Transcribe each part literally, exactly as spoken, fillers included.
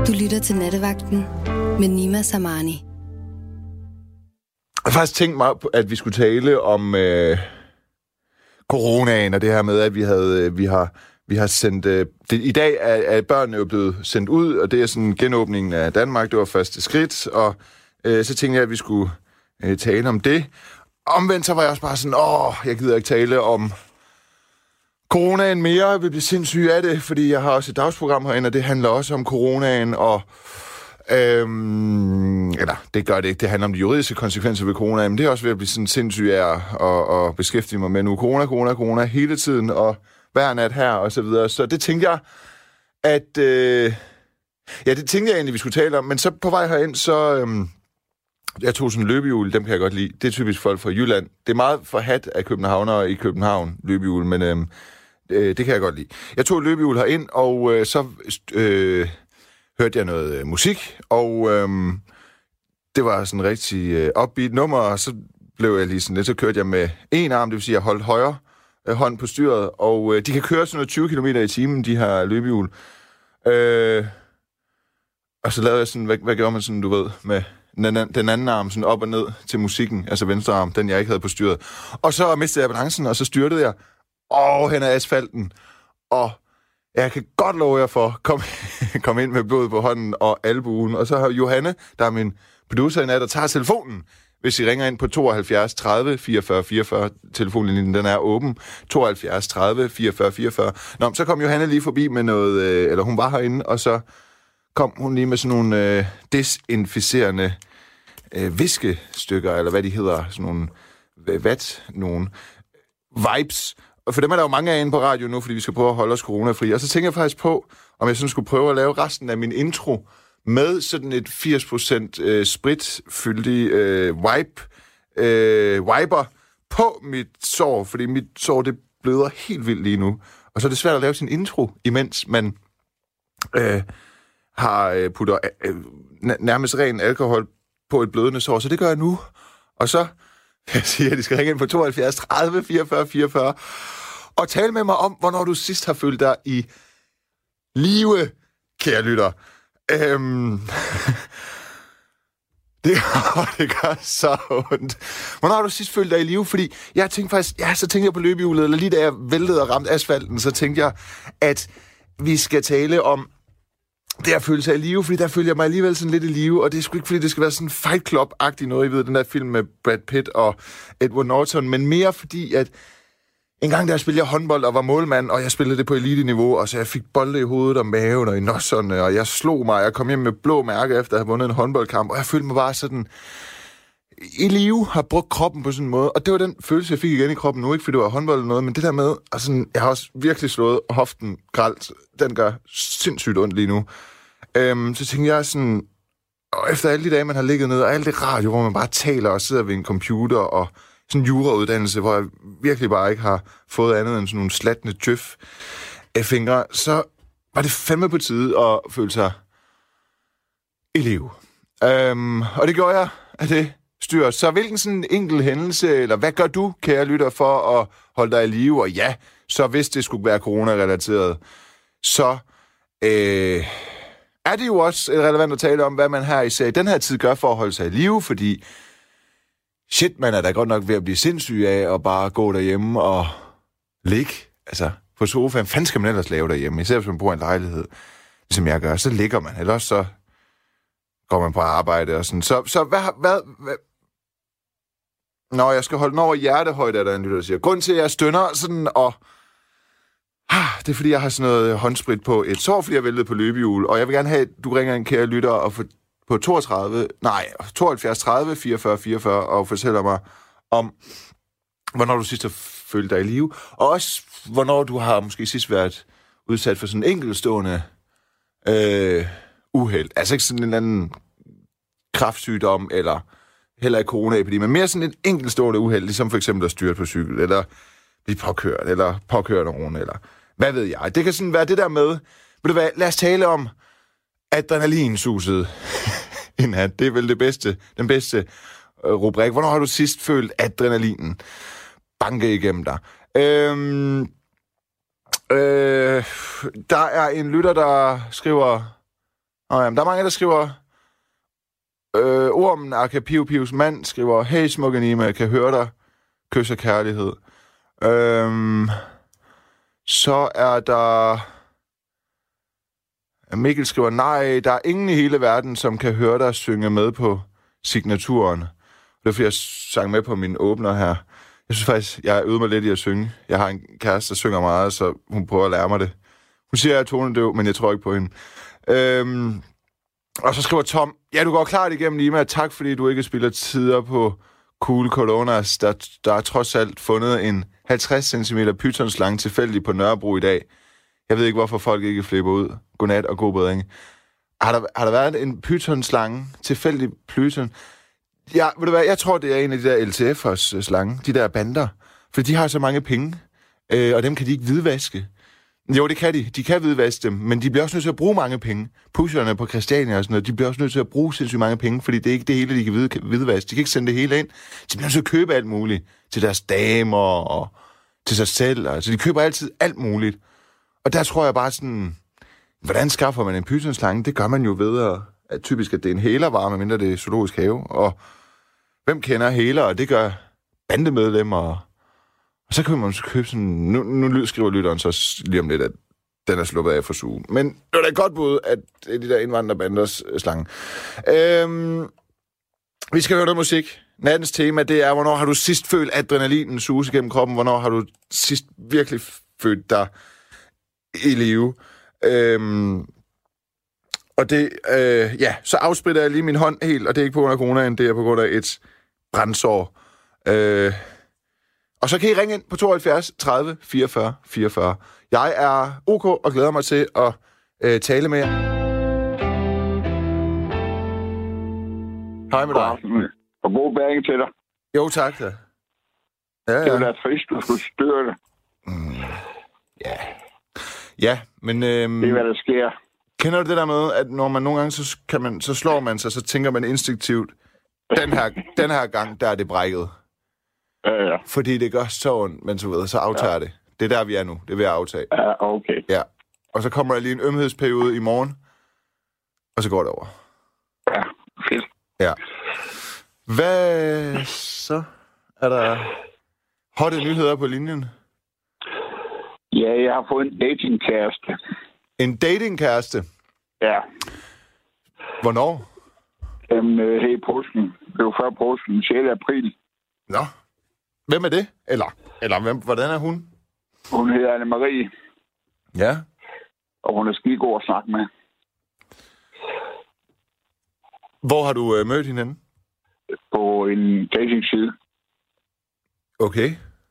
Du lytter til Nattevagten med Nima Samani. Jeg har faktisk tænkt mig, at vi skulle tale om øh, coronaen og det her med, at vi havde, vi har, vi har sendt... Øh, det, I dag er, er børnene jo blevet sendt ud, og det er sådan genåbningen af Danmark. Det var første skridt, og øh, så tænkte jeg, at vi skulle øh, tale om det. Omvendt så var jeg også bare sådan, åh, jeg gider ikke tale om coronaen mere. Jeg vil blive sindssyg af det, fordi jeg har også et dagsprogram herinde, og det handler også om coronaen, og Øhm, eller, det gør det ikke. Det handler om de juridiske konsekvenser ved corona, men det er også ved at blive sådan sindssyg af at, at beskæftige mig med nu. Corona, corona, corona hele tiden, og hver nat her, og så videre. Så det tænkte jeg, at... Øh, ja, det tænkte jeg egentlig, vi skulle tale om, men så på vej herind, så... Øhm, jeg tog sådan en løbehjul, dem kan jeg godt lide. Det er typisk folk fra Jylland. Det er meget forhat af københavnere i København, løbehjul, men øhm, øh, det kan jeg godt lide. Jeg tog et løbehjul herind, og øh, så... Øh, hørte jeg noget øh, musik, og øhm, det var sådan en rigtig øh, upbeat nummer, og så blev jeg lige sådan lidt, så kørte jeg med en arm, det vil sige, jeg holdt højre øh, hånd på styret, og øh, de kan køre sådan noget tyve kilometer i timen, de her løbehjul. Øh, og så lavede jeg sådan, hvad, hvad gjorde man sådan, du ved, med den, den anden arm sådan op og ned til musikken, altså venstre arm, den jeg ikke havde på styret. Og så mistede jeg balancen, og så styrtede jeg, og hen ad asfalten, og jeg kan godt love jer for, kom, kom ind med blod på hånden og albuen. Og så har Johanne, der er min producer i nat, der tager telefonen, hvis I ringer ind på tooghalvfjerds tredive fireogfyrre fireogfyrre. Telefonlinjen, den er åben. tooghalvfjerds tredive fireogfyrre fireogfyrre. Nå, så kom Johanne lige forbi med noget, øh, eller hun var herinde, og så kom hun lige med sådan nogle øh, desinficerende øh, viskestykker, eller hvad de hedder, sådan nogle vat, nogle vibes. Og for dem er der jo mange af inde på radio nu, fordi vi skal prøve at holde os coronafri. Og så tænker jeg faktisk på, om jeg sådan skulle prøve at lave resten af min intro med sådan et firs procent øh, spritfyldig øh, wipe, øh, wiper på mit sår, fordi mit sår, det bløder helt vildt lige nu. Og så er det svært at lave sin intro, imens man øh, har øh, puttet øh, nærmest ren alkohol på et blødende sår. Så det gør jeg nu. Og så... Jeg siger, at de skal ringe ind på tooghalvfjerds tredive fireogfyrre fireogfyrre og tale med mig om, hvornår du sidst har følt dig i live, kære lytter. Øhm... det, det gør så ondt. Hvornår har du sidst følt dig i live? Fordi jeg tænkte faktisk, ja, så tænkte jeg på løbehjulet, eller lige da jeg væltede og ramte asfalten, så tænkte jeg, at vi skal tale om det at føle sig i live, fordi der føler jeg mig alligevel sådan lidt i live, og det er sgu ikke, fordi det skal være sådan Fight Club-agtigt noget, I ved, den der film med Brad Pitt og Edward Norton, men mere fordi, at en gang der spillede jeg håndbold og var målmand, og jeg spillede det på elite-niveau, og så jeg fik bolde i hovedet og maven og i nosserne, og jeg slog mig, og jeg kom hjem med blå mærker efter at have vundet en håndboldkamp, og jeg følte mig bare sådan i live, har brugt kroppen på sådan en måde, og det var den følelse, jeg fik igen i kroppen nu, ikke fordi det var håndbold eller noget, men det der med, altså, jeg har også virkelig slået hoften grelt, den gør sindssygt ondt lige nu. Øhm, så tænkte jeg sådan, og efter alle de dage, man har ligget ned, og alt det radio, hvor man bare taler og sidder ved en computer, og sådan en jurauddannelse, hvor jeg virkelig bare ikke har fået andet end sådan nogle slatne djøf af fingre, så var det fandme på tide at føle sig i live. Øhm, og det gjorde jeg af det styr. Så hvilken sådan enkelt hændelse, eller hvad gør du, kære lytter, for at holde dig i live? Og ja, så hvis det skulle være corona-relateret, så øh, er det jo også relevant at tale om, hvad man her især i den her tid gør for at holde sig i live, fordi shit, man er da godt nok ved at blive sindssyg af at bare gå derhjemme og ligge, altså på sofaen. Hvad fanden skal man ellers lave derhjemme? Især hvis man bor i en lejlighed, ligesom jeg gør, så ligger man, eller så går man på arbejde og sådan. Så, så hvad, hvad, hvad... Nå, jeg skal holde den over hjertehøjde, er der en lytter, der siger. Grunden til, at jeg stønner sådan, og ah, det er, fordi jeg har sådan noget håndsprit på et sår, fordi jeg væltede på løbehjul, og jeg vil gerne have, at du ringer en kære lytter og for, på toogtredive, nej, tooghalvfjerds tredive fireogfyrre fireogfyrre og fortæller mig om, hvornår du sidst har følt dig i live, og også, hvornår du har måske sidst været udsat for sådan en enkeltstående øh, uheld. Altså ikke sådan en eller anden kræftsygdom, eller heller ikke coronaepidemi, men mere sådan et enkeltstående uheld, ligesom for eksempel at styre på cykel, eller blive påkørt, eller påkøre nogen, eller hvad ved jeg. Det kan sådan være det der med, ved du hvad, lad os tale om adrenalinsuset i nat. Det er vel det bedste, den bedste øh, rubrik. Hvornår har du sidst følt adrenalinen banke igennem dig? Øhm, øh, der er en lytter, der skriver, Nå, jamen, der er mange, der skriver... Øh, ormen Aka Piu Pius mand skriver, hey smukke Nima, jeg kan høre dig. Kys og kærlighed. Øhm, så er der... Mikkel skriver, nej, der er ingen i hele verden, som kan høre dig synge med på signaturen. Det er fordi, jeg sang med på min åbner her. Jeg synes faktisk, jeg øvede mig lidt i at synge. Jeg har en kæreste, der synger meget, så hun prøver at lære mig det. Hun siger, at jeg er tonedøv, men jeg tror ikke på hende. Øhm, og så skriver Tom, ja, du går klart igennem, Nima. Tak, fordi du ikke spiller tider på Cool Coronas. Der, der er trods alt fundet en halvtreds centimeter pythonslange tilfældig på Nørrebro i dag. Jeg ved ikke, hvorfor folk ikke flipper ud. Godnat og god bedring. Har der, har der været en pythonslange? Tilfældig python? Ja, ved du hvad, jeg tror, det er en af de der L T F'ers slange. De der bander. For de har så mange penge. Øh, og dem kan de ikke hvidvaske. Jo, det kan de. De kan hvidvaske dem, men de bliver også nødt til at bruge mange penge. Pusherne på Christiania og sådan noget, de bliver også nødt til at bruge sindssygt mange penge, fordi det er ikke det hele, de kan hvidvaske. De kan ikke sende det hele ind. De bliver nødt til at købe alt muligt til deres damer og til sig selv. Altså, de køber altid alt muligt. Og der tror jeg bare sådan, hvordan skaffer man en pythonslange? Det gør man jo ved, at typisk at det er en hælervare, medmindre det er zoologisk have. Og hvem kender hæler? Og det gør bandemedlemmer. Og så kan man så købe sådan... Nu, nu skriver lytteren så lige om lidt, at den er sluppet af for suge. Men det var da et godt bud, at det er de der indvandrerbanders slange. Øhm, vi skal høre noget musik. Nattens tema, det er, hvornår har du sidst følt adrenalinen suse gennem kroppen? Hvornår har du sidst virkelig følt dig i live? Øhm, og det... Øh, ja, så afspritter jeg lige min hånd helt, og det er ikke på grund af coronaen, det er på grund af et brændsår. Øh... Og så kan I ringe ind på tooghalvfjerds tredive fireogfyrre fireogfyrre. Jeg er OK og glæder mig til at øh, tale med jer. Hej med dig. Og god bæring til dig. Jo, tak da. Ja, ja. Det var da trist, du skulle styre det. Mm, ja. Ja, men... Øhm, det er, hvad der sker. Kender du det der med, at når man nogle gange, så, kan man, så slår man sig, så tænker man instinktivt, den her, den her gang, der er det brækket. Ja, ja. Fordi det gør så ondt, men så ved så aftager ja. det. Det er der, vi er nu. Det vil jeg aftage. Ja, okay. Ja. Og så kommer der lige en ømhedsperiode i morgen, og så går det over. Ja, fedt. Ja. Hvad så? Er der hotte nyheder på linjen? Ja, jeg har fået en datingkæreste. En datingkæreste? Ja. Hvornår? Jamen, her i påsken. Det var før påsken, sjette april. Nå. Hvem er det? Eller, eller hvem, hvordan er hun? Hun hedder Anne-Marie. Ja. Og hun er skidegod at snakke med. Hvor har du øh, mødt hende henne? På en datingside. Okay.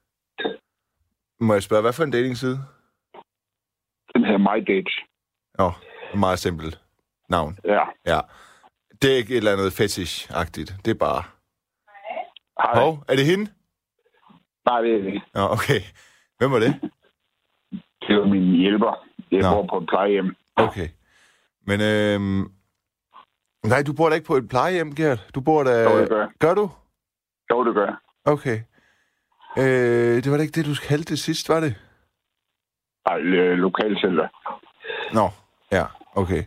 Må jeg spørge, hvad for en datingside? Den hedder MyDate. Åh, oh, meget simpelt navn. Ja. Ja. Det er ikke et eller andet fetish-agtigt. Det er bare... Hej. Hov, er det hende? Nej, det er det. Ja, okay. Hvem var det? Det var min hjælper. Jeg Nå. bor på et plejehjem. Okay. Men, øhm... nej, du bor da ikke på et plejehjem, Gert. Du bor da... Jo, det gør. Gør du? Jo, det gør. Okay. Øh, det var da ikke det, du kaldte det sidst, var det? Nej, lokalcenter. Nå, ja, okay.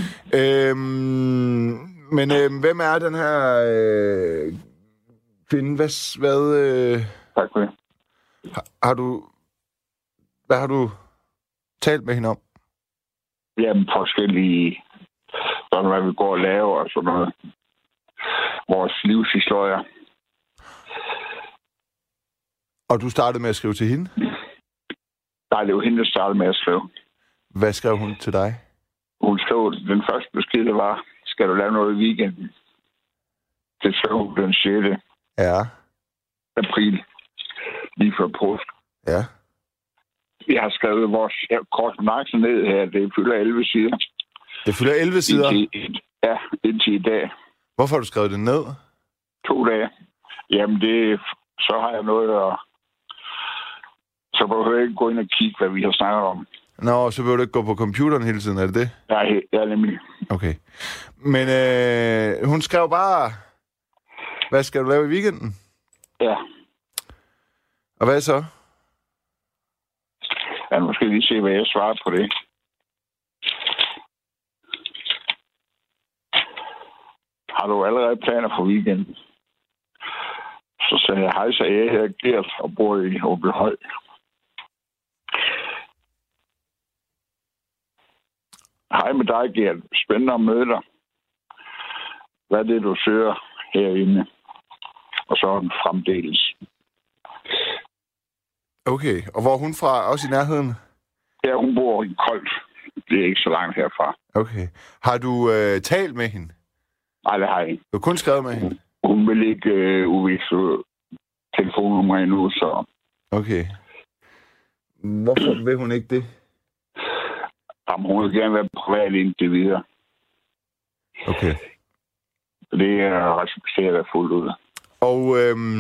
øhm, men øhm, hvem er den her øh, kvinde? Hvad... hvad øh, tak for det. Har, har du... Hvad har du talt med hende om? Jamen, forskellige... Sådan, hvad vi går og laver og sådan noget. Vores livshistorier. Og du startede med at skrive til hende? Nej, det var hende, der startede med at skrive. Hvad skrev hun til dig? Hun skrev, den første besked var, skal du lave noget i weekenden? Det skrev hun den sjette Ja. april, lige før påske. Ja. Vi har skrevet vores korrespondance ned her. Det fylder elleve sider. Det fylder elleve sider? Indtil, ja, indtil i dag. Hvorfor har du skrevet det ned? To dage. Jamen, det, så har jeg noget at... Så behøver jeg ikke gå ind og kigge, hvad vi har snakket om. Nå, så vil du ikke gå på computeren hele tiden, er det det? Nej, jeg er nemlig. Okay. Men øh, hun skrev bare, hvad skal du lave i weekenden? Ja. Og hvad så? Jeg må måske lige se, hvad jeg svarer på det. har du allerede planer for weekenden? Så sagde jeg, hej, så jeg her Gert og bor i Åbyhøj. Hej med dig, Gert. Spændende at møde dig. Hvad er det, du søger herinde? Og så er den fremdeles. Okay, og hvor er hun fra? Også i nærheden? Ja, hun bor i Kolt. Det er ikke så langt herfra. Okay. Har du øh, talt med hende? Nej, det har jeg ikke. Du har kun skrevet med hende? Hun vil ikke øh, udvise telefonnummer endnu, så... Okay. Hvorfor vil hun ikke det? Jamen, hun vil gerne være privat indtil videre. Okay. Det er respekteret fuldt ud. Og øhm,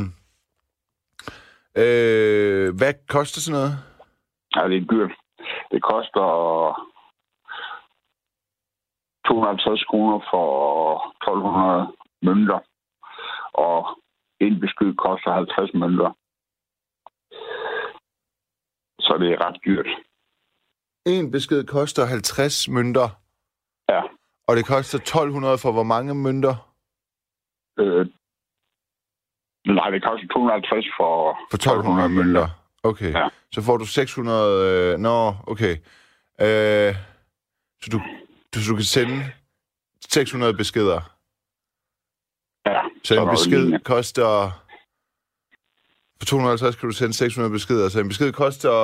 øh, hvad koster sådan noget? Ja, det er dyrt. Det koster to hundrede og halvtreds kroner for tolv hundrede mønter. Og en besked koster halvtreds mønter. Så det er ret dyrt. En besked koster halvtreds mønter? Ja. Og det koster tolv hundrede for hvor mange mønter? Øh, nej, det koster to hundrede og halvtreds for, for tolv hundrede mønter. Okay. Ja. Så får du seks hundrede... Øh, nå, okay. Øh, så du, du, du kan sende seks hundrede beskeder? Ja. Så en besked koster... For to hundrede og halvtreds kan du sende seks hundrede beskeder. Så en besked koster...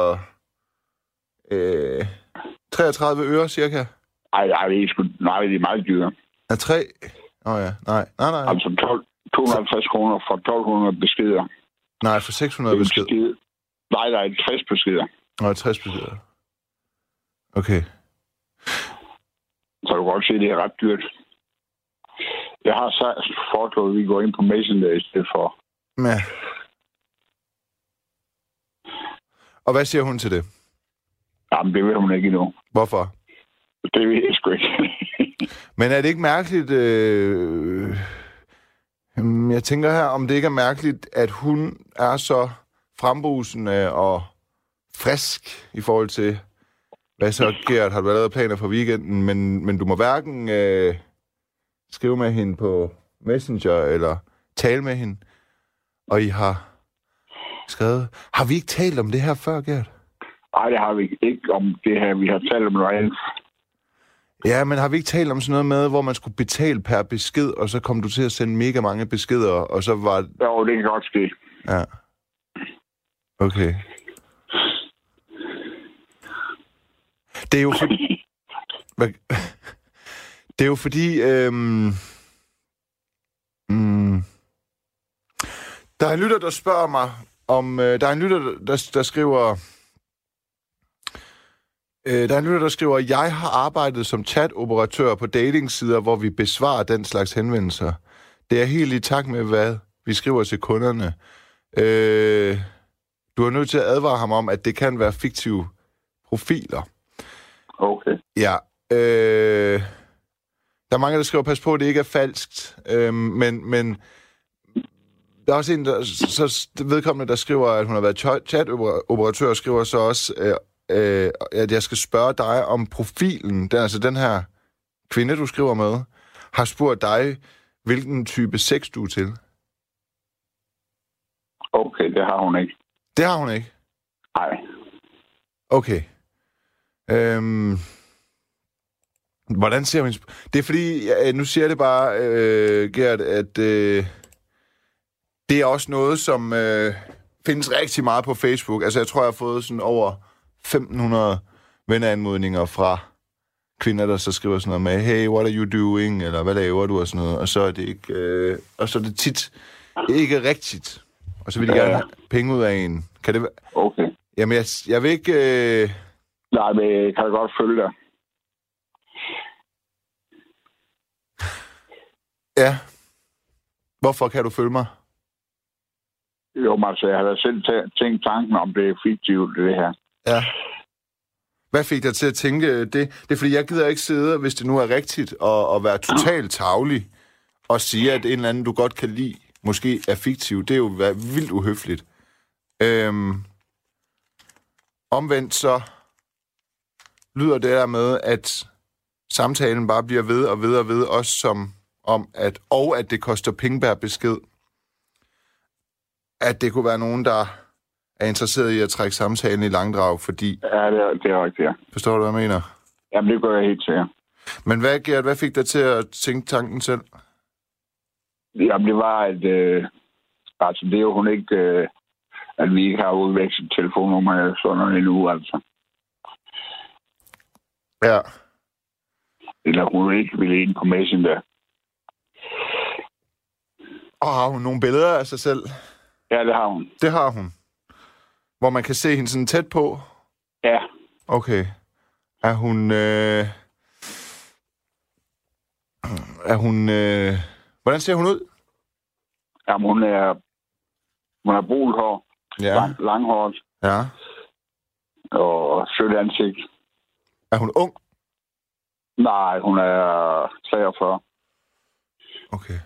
Øh, treogtredive øre, cirka? Ej, ej, det er sgu... Nej, det er meget dyre. Er tre? Åh oh, ja, nej, nej, nej. Altså tolv, to hundrede og halvtreds kroner for tolv hundrede beskeder. Nej, for seks hundrede beskeder. Besked. Nej, der er tres beskeder. Nå, tres beskeder. Okay. Så du kan godt se, at det er ret dyrt. Jeg har så foreslået, at vi går ind på Messenger i stedet for. Ja. Og hvad siger hun til det? Jamen, det ved hun ikke endnu. Hvorfor? Det ved jeg sgu ikke. Men er det ikke mærkeligt... Øh... Jeg tænker her, om det ikke er mærkeligt, at hun er så frembrusende og frisk i forhold til, hvad så, Gert, har du allerede planer for weekenden, men, men du må hverken øh, skrive med hende på Messenger eller tale med hende, og I har skrevet... Har vi ikke talt om det her før, Gert? Nej, det har vi ikke om det her. Vi har talt om noget andet. Ja, men har vi ikke talt om sådan noget med, hvor man skulle betale per besked, og så kom du til at sende mega mange beskeder, og så var... Jo, det kan godt ske. Ja. Okay. Det er jo fordi... Det er jo fordi... Øhm... Mm... Der er en lytter, der spørger mig om... Øh, der er en lytter, der, der skriver... Øh, der er en lytter, der skriver, at jeg har arbejdet som chat-operatør på datingsider, hvor vi besvarer den slags henvendelser. Det er helt i takt med, hvad vi skriver til kunderne. Øh, du er nødt til at advare ham om, at det kan være fiktive profiler. Okay. Ja. Øh, der er mange, der skriver, pas på, at det ikke er falskt. Øh, men, men der er også en, der, så vedkommende, der skriver, at hun har været chat-operatør, og skriver så også... Øh, Øh, at jeg skal spørge dig om profilen, den, altså den her kvinde, du skriver med, har spurgt dig, hvilken type sex du er til. Okay, det har hun ikke. Det har hun ikke? Nej. Okay. Øhm, hvordan ser hun... Det er fordi, ja, nu siger jeg det bare, øh, Gert, at øh, det er også noget, som øh, findes rigtig meget på Facebook. Altså, jeg tror, jeg har fået sådan over femten hundrede venneanmodninger fra kvinder, der så skriver sådan noget med, hey, what are you doing? Eller hvad laver du? Og sådan noget. Og så er det ikke, øh, og så er det tit ikke rigtigt. Og så vil de ja. gerne have penge ud af en. Kan det være? Okay. Jamen, jeg, jeg vil ikke... Øh... Nej, men jeg kan godt følge dig. Ja. Hvorfor kan du følge mig? Jo, men altså, jeg har da selv tænkt tanken om, det er fiktivt, det her. Ja. Hvad fik dig til at tænke det? Det er fordi, jeg gider ikke sidde, hvis det nu er rigtigt, og, og være totalt tarvelig og sige, at en eller anden, du godt kan lide, måske er fiktiv. Det er jo vildt uhøfligt. Øhm, omvendt så lyder det der med, at samtalen bare bliver ved og ved og ved, også som om, at, og at det koster penge per besked, at det kunne være nogen, der er interesseret i at trække samtalen i langdrag, fordi... Ja, det er, det er rigtigt, ja. Forstår du, hvad jeg mener? Jamen, det gør jeg helt sikkert. Men hvad, Gert, hvad fik dig til at tænke tanken selv? Jamen, det var, at... Øh, altså, det er jo hun ikke... Øh, at vi ikke har udvekslet telefonnummer sådan noget endnu, altså. Ja. Eller hun ikke ville ind på Messenger. Og har hun nogle billeder af sig selv? Ja, det har hun. Det har hun. Hvor man kan se hende sådan tæt på? Ja. Okay. Er hun... Øh... Er hun... Øh... Hvordan ser hun ud? Jamen, hun er... Hun har brult hår. Ja. Lang, langhåret. Ja. Og sødt ansigt. Er hun ung? Nej, hun er treogfyrre. Okay.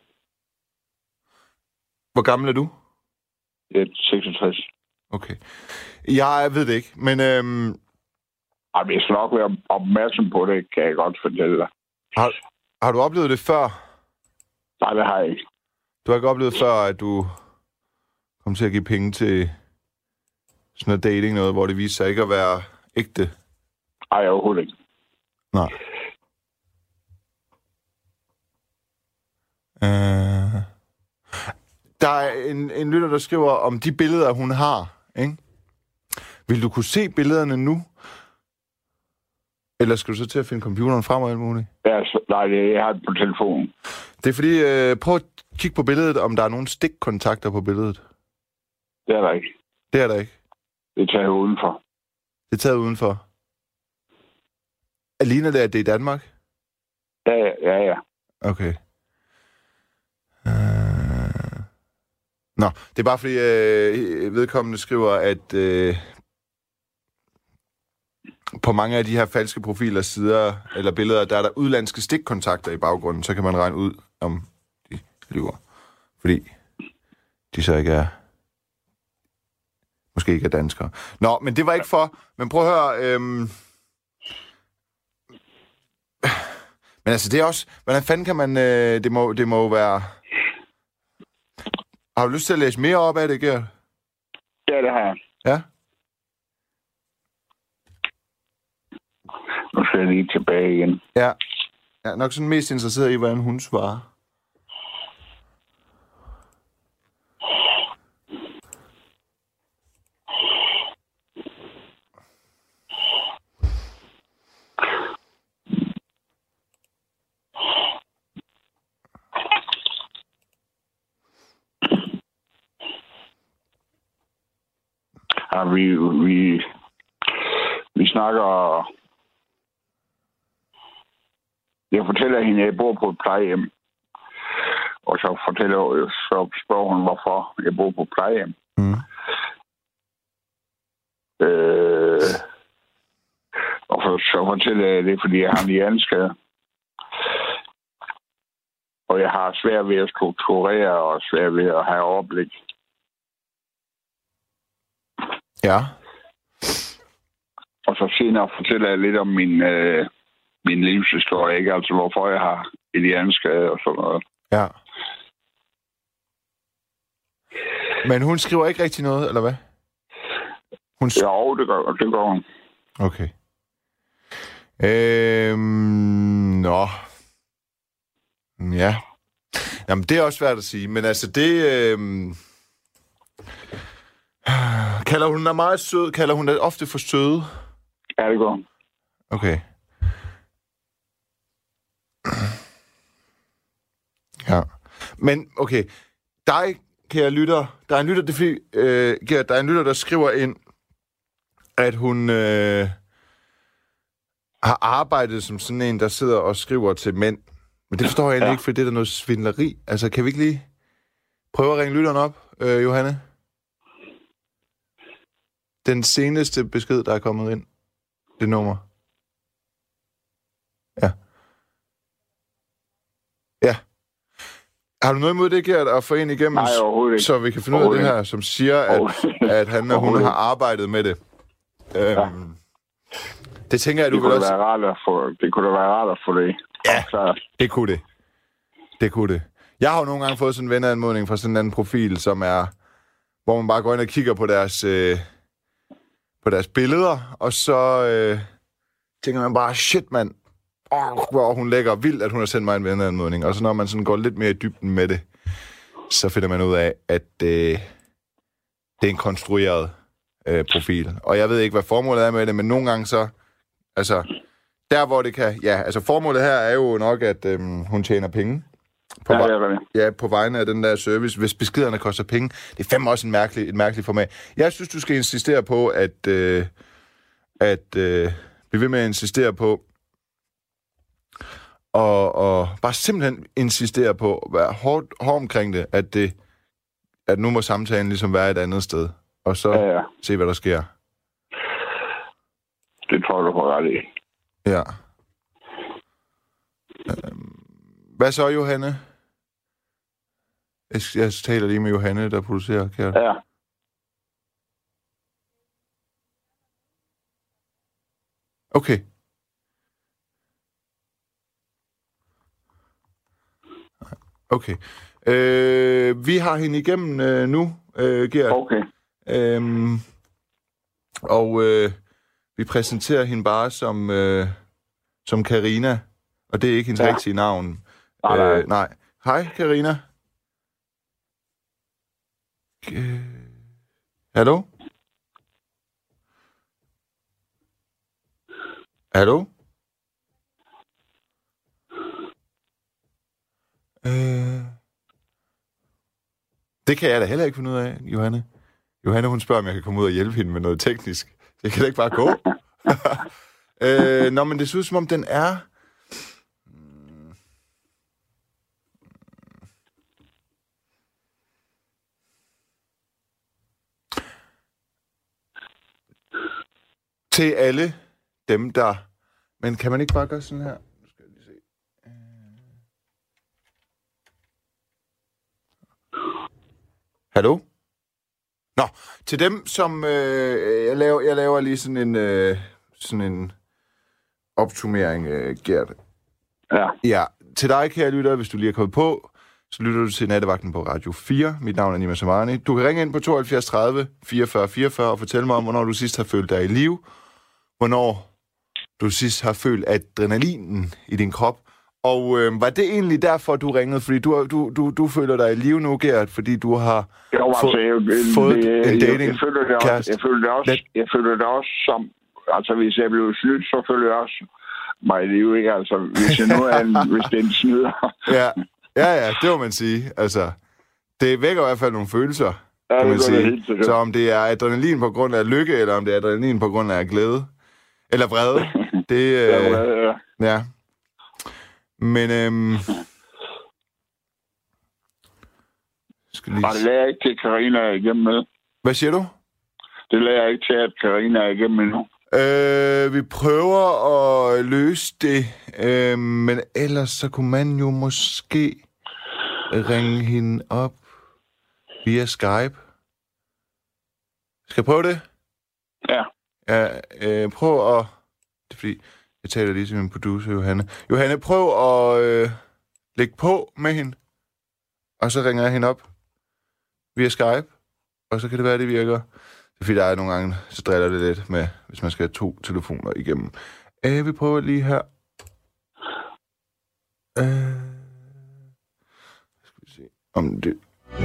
Hvor gammel er du? Jeg er seksogtres. Okay. Jeg ved det ikke, men... Øhm... Jamen, jeg skal nok være opmærksom på det, kan jeg godt fortælle dig. Har, har du oplevet det før? Nej, det har jeg ikke. Du har ikke oplevet før, at du kom til at give penge til sådan noget dating, noget, hvor det viser sig ikke at være ægte? Nej, overhovedet ikke. Nej. Øh... Der er en, en lytter, der skriver om de billeder, hun har, ikke? Vil du kunne se billederne nu? Eller skal du så til at finde computeren frem og alt muligt? Ja, så, nej, det, jeg har det på telefonen. Det er fordi, øh, prøv at kigge på billedet, om der er nogle stikkontakter på billedet. Det er der ikke. Det er der ikke. Det er taget udenfor. Det er taget udenfor. Ligner det, at det er i Danmark? Ja, ja, ja. Okay. Uh... Nå, det er bare fordi, øh, vedkommende skriver, at øh, på mange af de her falske profiler, sider eller billeder, der er der udlandske stikkontakter i baggrunden, så kan man regne ud, om de lyver. Fordi de så ikke er... Måske ikke er danskere. Nå, men det var ikke for... Men prøv at høre... Øhm... Men altså, det er også... Hvordan fanden kan man... Øh... Det, må, det må jo være... Har du lyst til at læse mere op af det, Gert? Ja, det har jeg. Ja? Nu skal jeg lige tilbage igen. Ja. Jeg er nok sådan mest interesseret i, hvordan hun svarer. Ja, vi, vi, vi snakker... Jeg fortæller hende, at jeg bor på et plejehjem. Og så fortæller så spørger hun, hvorfor jeg bor på plejehjem. Mm. Øh, og for, så fortæller jeg det, fordi jeg har en hjerneskade. Og jeg har svært ved at strukturere og svært ved at have overblik. Ja. Og så senere fortæller jeg lidt om min, øh, min livshistorie, ikke? Altså, hvorfor jeg har et hjerneskade og sådan noget. Ja. Men hun skriver ikke rigtig noget, eller hvad? Hun... Jo, det gør, det gør hun. Okay. Øhm, nå. Ja. Jamen, det er også svært at sige, men altså, det... Øhm... Kalder hun dig meget sød? Kalder hun dig ofte for søde? Ja, det gør hun. Okay. Ja. Men, okay. Dig, kære lytter, der er en lytter, det er fordi, øh, Gert, der er en lytter, der skriver ind, at hun øh, har arbejdet som sådan en, der sidder og skriver til mænd. Men det forstår jeg egentlig ja. ikke, for det er der noget svindleri. Altså, kan vi ikke lige prøve at ringe lytteren op, øh, Johanne? Den seneste besked, der er kommet ind. Det nummer. Ja. Ja. Har du noget imod det, Gert, at få en igennem? Nej, overhovedet ikke. Så vi kan finde ud af det her, som siger, at, at han og hun har arbejdet med det. Øhm, ja. Det tænker jeg, du det vil kunne også... Være rart at få, det kunne da være rart at få det. Ja, så... det kunne det. Det kunne det. Jeg har jo nogle gange fået sådan en venneanmodning fra sådan en anden profil, som er, hvor man bare går ind og kigger på deres, øh, på deres billeder, og så øh, tænker man bare, shit mand, oh, hvor hun lægger vildt, at hun har sendt mig en venneanmodning. Og så når man sådan går lidt mere i dybden med det, så finder man ud af, at øh, det er en konstrueret øh, profil. Og jeg ved ikke, hvad formålet er med det, men nogle gange så, altså, der hvor det kan, ja, altså formålet her er jo nok, at øh, hun tjener penge. På, ja, det er det. Ja, på vegne af den der service, hvis beskederne koster penge. Det er fandme også en mærkelig, et mærkeligt format. Jeg synes, du skal insistere på, at, øh, at øh, blive ved med at insistere på, og, og bare simpelthen insistere på, at være hård, hård omkring det, at, det, at nu må samtalen ligesom være et andet sted, og så ja, ja. se, hvad der sker. Det tror du på ret i. Ja. Hvad så, Johanne? Jeg, jeg taler lige med Johanne, der producerer, kært. Ja. Okay. Okay. Øh, vi har hende igennem øh, nu, øh, Gert. Okay. Øhm, og øh, vi præsenterer hende bare som øh, som Karina, og det er ikke hendes ja. rigtige navn. Nej, nej. Øh, nej. Hej, Karina. Øh, hallo? Hallo? Øh... Det kan jeg da heller ikke finde ud af, Johanne. Johanne, hun spørger, om jeg kan komme ud og hjælpe hende med noget teknisk. Det kan da ikke bare gå. øh, nå, men det synes som om, den er... Til alle dem, der... Men kan man ikke bare gøre sådan her? Nu skal jeg lige se. Hallo? Nå, til dem, som... Øh, jeg, laver, jeg laver lige sådan en... Øh, sådan en opsummering, øh, Gert. Ja. Ja, til dig, kære lytter, hvis du lige er kommet på, så lytter du til Nattevagten på Radio fire. Mit navn er Nima Samani. Du kan ringe ind på tooghalvfjerds tredive fireogfyrre fireogfyrre og fortælle mig om, hvornår du sidst har følt dig i live. Hvornår du sidst har følt adrenalinen i din krop. Og øh, var det egentlig derfor, du ringede? Fordi du, du, du, du føler dig i live nu, Gert, fordi du har jo, altså, få, jeg, fået det, en dating jeg, jeg, føler det også, jeg, føler det også, jeg føler det også som... Altså, hvis jeg blev snydt, så føler jeg også mig i live, ikke? Altså, hvis jeg nu er en, hvis det er en snyder. ja. ja, ja, det må man sige. Altså, det vækker i hvert fald nogle følelser, ja, kan man sige. Det, så om det er adrenalin på grund af lykke, eller om det er adrenalin på grund af glæde, eller vrede, det... Øh, ja, vrede, ja. ja. Men, øhm... Skal lige... Og det lader jeg ikke til, Karina er igennem med. Hvad siger du? Det lader jeg ikke til, at Karina er igennem endnu. Øh, vi prøver at løse det, øh, men ellers så kunne man jo måske ringe hende op via Skype. Skal jeg prøve det? Ja. Ja, øh, prøv at... Det er fordi, jeg taler lige til min producer, Johanne. Johanne, prøv at øh, lægge på med hende, og så ringer jeg hende op via Skype, og så kan det være, det virker. Det er fordi, der er nogle gange, så driller det lidt med, hvis man skal have to telefoner igennem. Øh, vi prøver lige her. Øh, skal vi se, om det...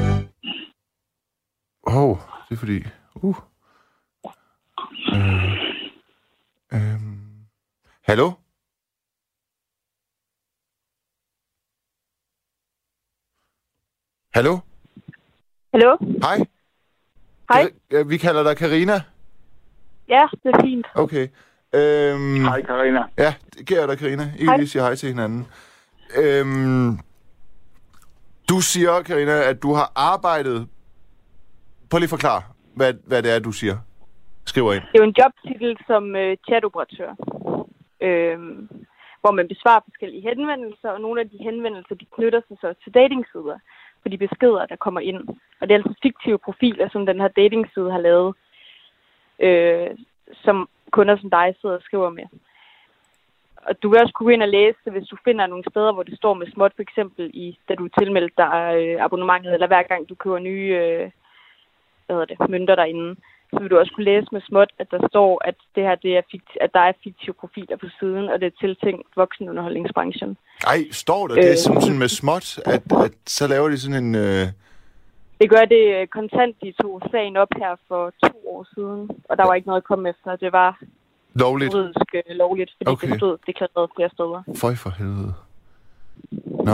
Åh, oh, det er fordi... Uh. Øh, øh. Hallo? Hallo? Hallo? Hej. Hej. Vi kalder dig Karina. Ja, det er fint. Okay. Øhm, hej, Karina. Ja, det giver dig, Karina. I kan lige sige hej til hinanden. Øhm, du siger, Karina, at du har arbejdet... Prøv lige at forklare, hvad, hvad det er, du siger. Skriver ind. Det er jo en jobtitel som øh, chatoperatør, øh, hvor man besvarer forskellige henvendelser, og nogle af de henvendelser, de knytter sig så til datingsider på de beskeder, der kommer ind. Og det er altså fiktive profiler, som den her datingside har lavet, øh, som kunder som dig sidder og skriver med. og du vil også kunne gå ind og læse det, hvis du finder nogle steder, hvor det står med småt, for eksempel i, da du tilmelder dig øh, abonnementet, eller hver gang du køber nye øh, hvad hedder det, mønter derinde. Så vil du også kunne læse med småt, at der står, at det her det er fikt, at der er fiktive profiler på siden, og det er tiltænkt voksenunderholdningsbranchen. Ej, står der det øh, sådan med småt, at, at så laver de sådan en... Øh... Det gør det kontant, de tog sagen op her for to år siden, og der var ikke noget at komme efter. Det var lovligt, juridisk øh, lovligt, fordi okay. det stod deklareret flere steder. Føj for helvede. Nå.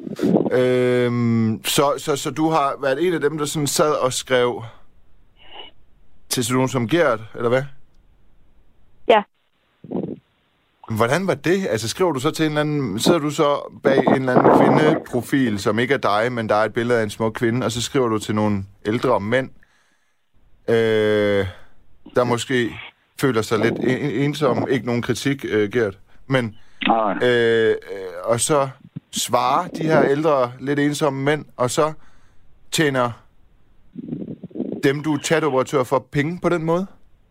Øhm, så, så, så du har været en af dem, der sådan sad og skrev til sådan nogen som Gert, eller hvad? Ja. Hvordan var det? Altså skriver du så til en eller anden... Sidder du så bag en eller anden kvindeprofil, som ikke er dig, men der er et billede af en smuk kvinde, og så skriver du til nogle ældre mænd, øh, der måske føler sig lidt en- ensom. Ikke nogen kritik, øh, Gert. Men... Øh, og så svarer de her ældre, lidt ensomme mænd, og så tjener dem, du er chatoperatør for, penge på den måde?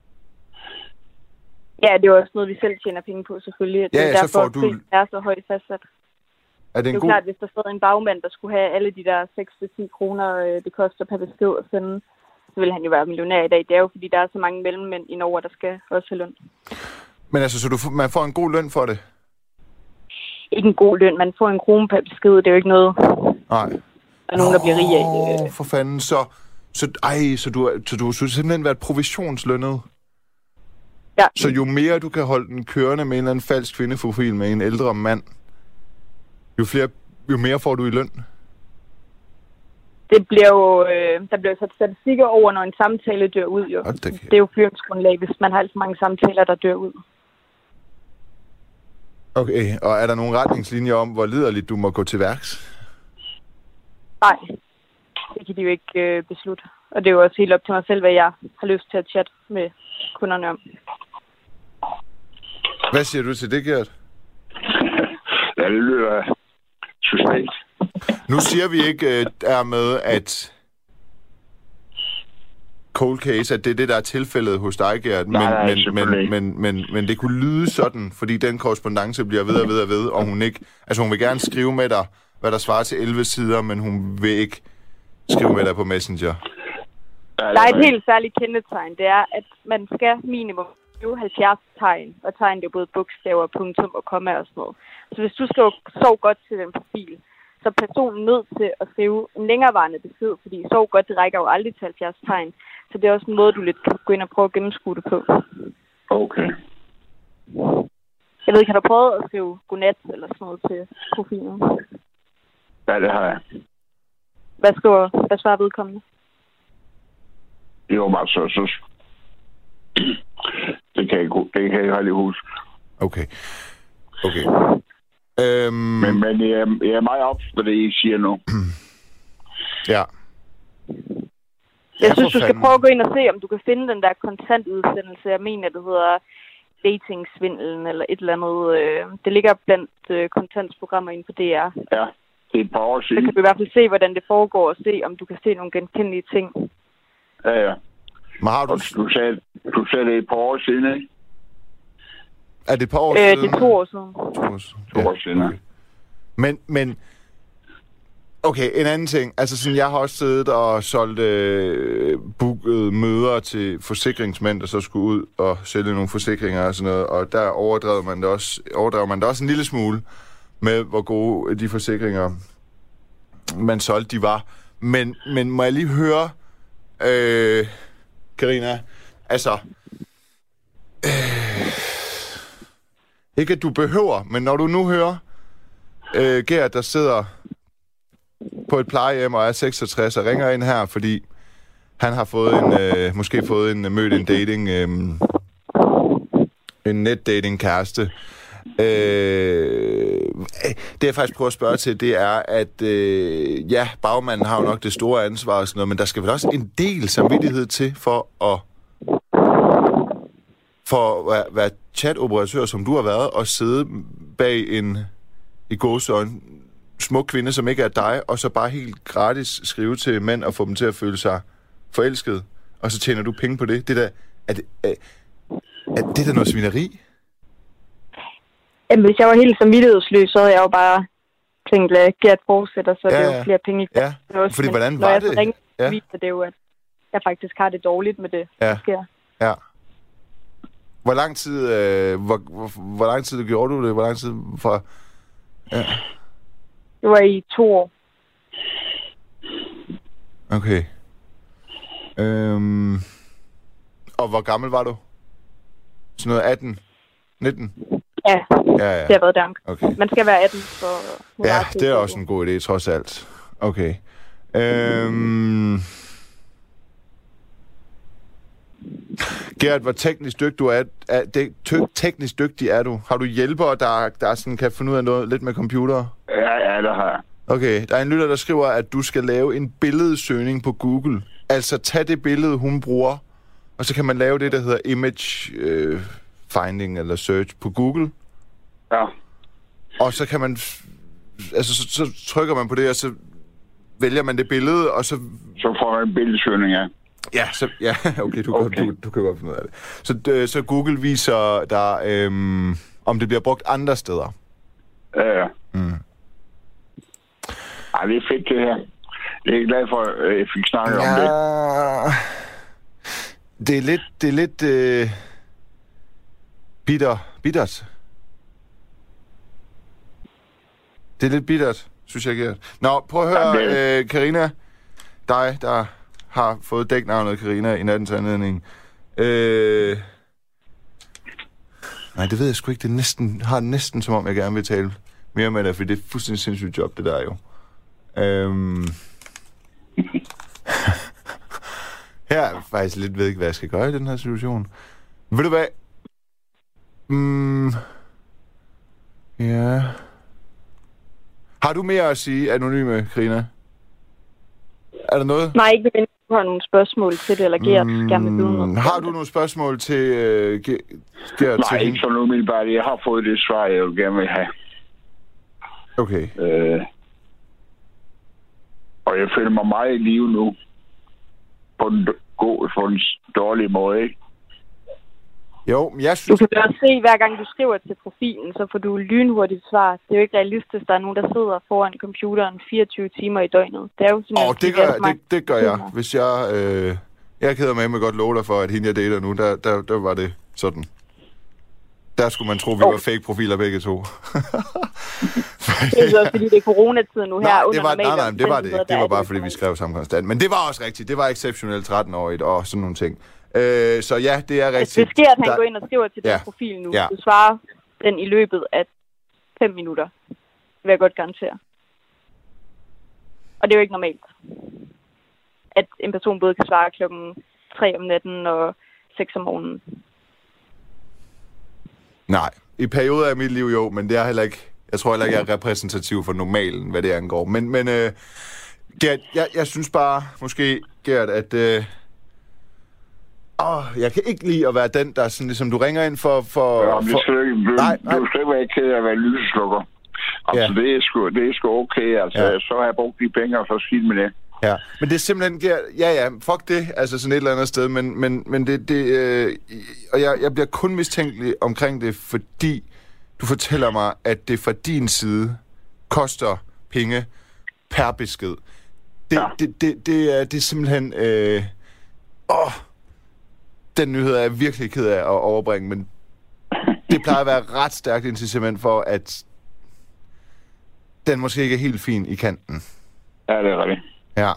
Ja, det er også noget, vi selv tjener penge på, selvfølgelig. Det ja, er ja, derfor, så får du... er så højt fastsat. Er det, en det er jo god... klart, hvis der sidder en bagmand, der skulle have alle de der seks til ti kroner, det koster per besked at sende, så vil han jo være millionær i dag. Det er jo, fordi der er så mange mellemmænd i Norge, der skal også have løn. Men altså, så du, man får en god løn for det? Ikke en god løn. Man får en krone per besked. Det er jo ikke noget, nej. Der er nogen, der bliver rige af. Åh, oh, for fanden. Så, så, ej, så du, så du så simpelthen været provisionslønnet? Ja. Så jo mere du kan holde den kørende med en eller anden falsk kvindeprofil med en ældre mand, jo, flere, jo mere får du i løn? Det bliver jo... Øh, der bliver sat statistikker over, når en samtale dør ud, jo. Det, det er jo fyringsgrundlag, hvis man har alt for mange samtaler, der dør ud. Okay, og er der nogle retningslinjer om, hvor liderligt du må gå til værks? Nej, det kan de jo ikke øh, beslutte. Og det er jo også helt op til mig selv, hvad jeg har lyst til at chatte med kunderne om. Hvad siger du til det, Gert? Ja, det lyder suspekt. Nu siger vi ikke øh, er med, at cold case, at det er det, der er tilfældet hos dig, Gert, men, nej, men, men, men, men, men det kunne lyde sådan, fordi den korrespondance bliver ved og ved og ved, og hun ikke... Altså, hun vil gerne skrive med dig, hvad der svarer til elleve sider, men hun vil ikke skrive med dig på Messenger. Der er et helt særligt kendetegn. Det er, at man skal minimum halvfjerds tegn, og tegn det er både bogstaver, punktum og komma og sådan noget. Så hvis du skal sove godt til den profil, så er personen nødt til at skrive en længerevarende besked, fordi sov godt, det rækker jo aldrig til halvfjerds tegn. Så det er også en måde, du lidt kan gå ind og prøve at gennemskue det på. Okay. Jeg ved ikke, har du prøvet at skrive godnat eller sådan noget til profilen? Ja, det har jeg. Hvad skriver, hvad svarer vedkommende? Jo, bare så, så... Det kan jeg, det kan jeg aldrig huske. Okay. Okay. Øhm... Men, men jeg, er, jeg er meget ops på det, I siger nu. Ja. Jeg synes, du skal prøve at gå ind og se, om du kan finde den der kontantudsendelse. Jeg mener, det hedder datingsvindelen eller et eller andet. Det ligger blandt kontantsprogrammer inde på D R. Ja, det er et par år siden. Så kan du i hvert fald se, hvordan det foregår, og se, om du kan se nogle genkendelige ting. Ja, ja. Men har du... du, sagde, du sagde det et par år siden, ikke? Er det et par år øh, siden? Det er to år siden. To år siden, to ja. år siden, ja. Okay. Men, men... Okay, en anden ting. Altså, sådan, jeg har også siddet og solgt øh, booket møder til forsikringsmænd, der så skulle ud og sælge nogle forsikringer og sådan noget, og der overdrev man det også, overdrev man det også en lille smule med, hvor gode de forsikringer, man solgte, de var. Men, men må jeg lige høre, øh, Carina, altså... Øh, ikke at du behøver, men når du nu hører øh, Gert, der sidder på et plejehjem og er seksogtres og ringer ind her, fordi han har fået en, øh, måske fået en, mødt en dating, øh, en netdating kæreste. Øh, det jeg faktisk prøver at spørge til, det er, at øh, ja, bagmanden har jo nok det store ansvar og sådan noget, men der skal vel også en del samvittighed til for at for at være chatoperatør, som du har været, og sidde bag en i gåseøjne smuk kvinde, som ikke er dig, og så bare helt gratis skrive til mænd og få dem til at føle sig forelsket, og så tjener du penge på det. Det der, er, det, er, er det der noget svineri? Jamen, hvis jeg var helt samvittighedsløs, så havde jeg jo bare tænkt, lad Gert fortsætte, så ja, det er jo flere penge i ja. Også. Fordi, hvordan var når jeg det? så ringte, ja. viser det jo, at jeg faktisk har det dårligt med det, ja. der sker. Ja. Hvor lang tid, øh, hvor, hvor, hvor lang tid gjorde du det? Hvor lang tid fra... Ja. Det var i to år. Okay. Øhm. Og hvor gammel var du? Sådan noget atten? nitten? Ja, ja, ja. det har været der. Okay. Man skal være atten for... Ja, det er også en god idé, trods alt. Okay. Øhm... Gert, hvor teknisk dygtig du er, er det, tø, teknisk dygtig er du? Har du hjælpere, der, der sådan kan finde ud af noget lidt med computere? Ja, ja, det har jeg. Okay, der er en lytter, der skriver, at du skal lave en billedsøgning på Google. Altså, tag det billede, hun bruger, og så kan man lave det, der hedder image øh, finding eller search på Google. Ja. Og så kan man... Altså, så, så trykker man på det, og så vælger man det billede, og så... Så får man en billedsøgning, ja. Ja, så, ja, okay, du, okay. Kan, du, du kan godt finde ud af det. Så, øh, så Google viser dig, øhm, om det bliver brugt andre steder. Ja, ja. Mm. Ej, det er fedt, det her. Jeg er glad for, at jeg fik snakket ja, om det. Det er lidt, det er lidt øh, bitter, bittert. Det er lidt bittert, synes jeg, Gert. Nå, prøv at høre, øh, Carina, dig, der har fået dæknavnet Carina i nattens anledning. Øh... Nej, det ved jeg sgu ikke. Det er næsten, har næsten som om, jeg gerne vil tale mere med dig, for det er fuldstændig sindssygt job, det der jo. Øhm... Her er jeg faktisk lidt ved ikke, hvad jeg skal gøre i den her situation. Ved du hvad? Mm... Ja... Har du mere at sige, anonyme, Carina? Er der noget? Nej, ikke hvis du har nogle spørgsmål til det, eller Gert mm, gerne vil vide noget. Har du nogle spørgsmål til uh, Gert? Nej, ikke så umiddelbart. Jeg har fået det svar, jeg vil gerne vil have. Okay. Øh, og jeg føler mig meget i live nu. På en god, på en dårlig måde, ikke? Jo, men jeg synes... Du kan også se, hver gang du skriver til profilen, så får du lynhurtigt svar. Det er jo ikke realistisk, der er nogen, der sidder foran computeren fireogtyve timer i døgnet. Det er jo sådan, Åh, oh, det, gør, det, det gør jeg. Hvis jeg... Øh, jeg keder med, med godt love dig for, at hende jeg dater nu, der, der, der var det sådan. Der skulle man tro, vi oh. var fake-profiler begge to. Det er så også, fordi det er coronatiden nu her. Nej, under det var, nej, nej, det var det ikke. Det var bare, det, fordi vi skrev sammen konstant. Men det var også rigtigt. Det var exceptionelt tretten-årigt og sådan nogle ting. Øh, så ja, det er rigtigt. Altså, det sker, at han der... går ind og skriver til ja. den profil nu. Ja. Du svarer den i løbet af fem minutter. Det vil jeg godt garantere. Og det er jo ikke normalt, at en person både kan svare klokken tre om natten og seks om morgenen. Nej, i perioder af mit liv jo, men det er heller ikke... Jeg tror heller ikke, jeg er repræsentativ for normalen, hvad det angår. Men, men øh, Gert, jeg, jeg synes bare, måske, Gert, at... Øh, åh, jeg kan ikke lide at være den, der sådan, ligesom du ringer ind for... for, ja, det for... skal ikke, du, nej, nej. du skal ikke være ked af at være lyseslukker. Altså, ja. det, er sgu, det er sgu okay. Altså, ja. Så har jeg brugt de penge, og så skidt med det. Ja, men det er simpelthen... Gert, ja, ja, fuck det, altså sådan et eller andet sted, men, men, men det... det øh, og jeg, jeg bliver kun mistænkelig omkring det, fordi du fortæller mig, at det fra din side koster penge per besked. Det, ja. det, det, det, er, det er simpelthen... Øh, åh, den nyhed er jeg virkelig ked af at overbringe, men det plejer at være ret stærkt incitament for, at den måske ikke er helt fin i kanten. Ja, det er rigtigt. Ja.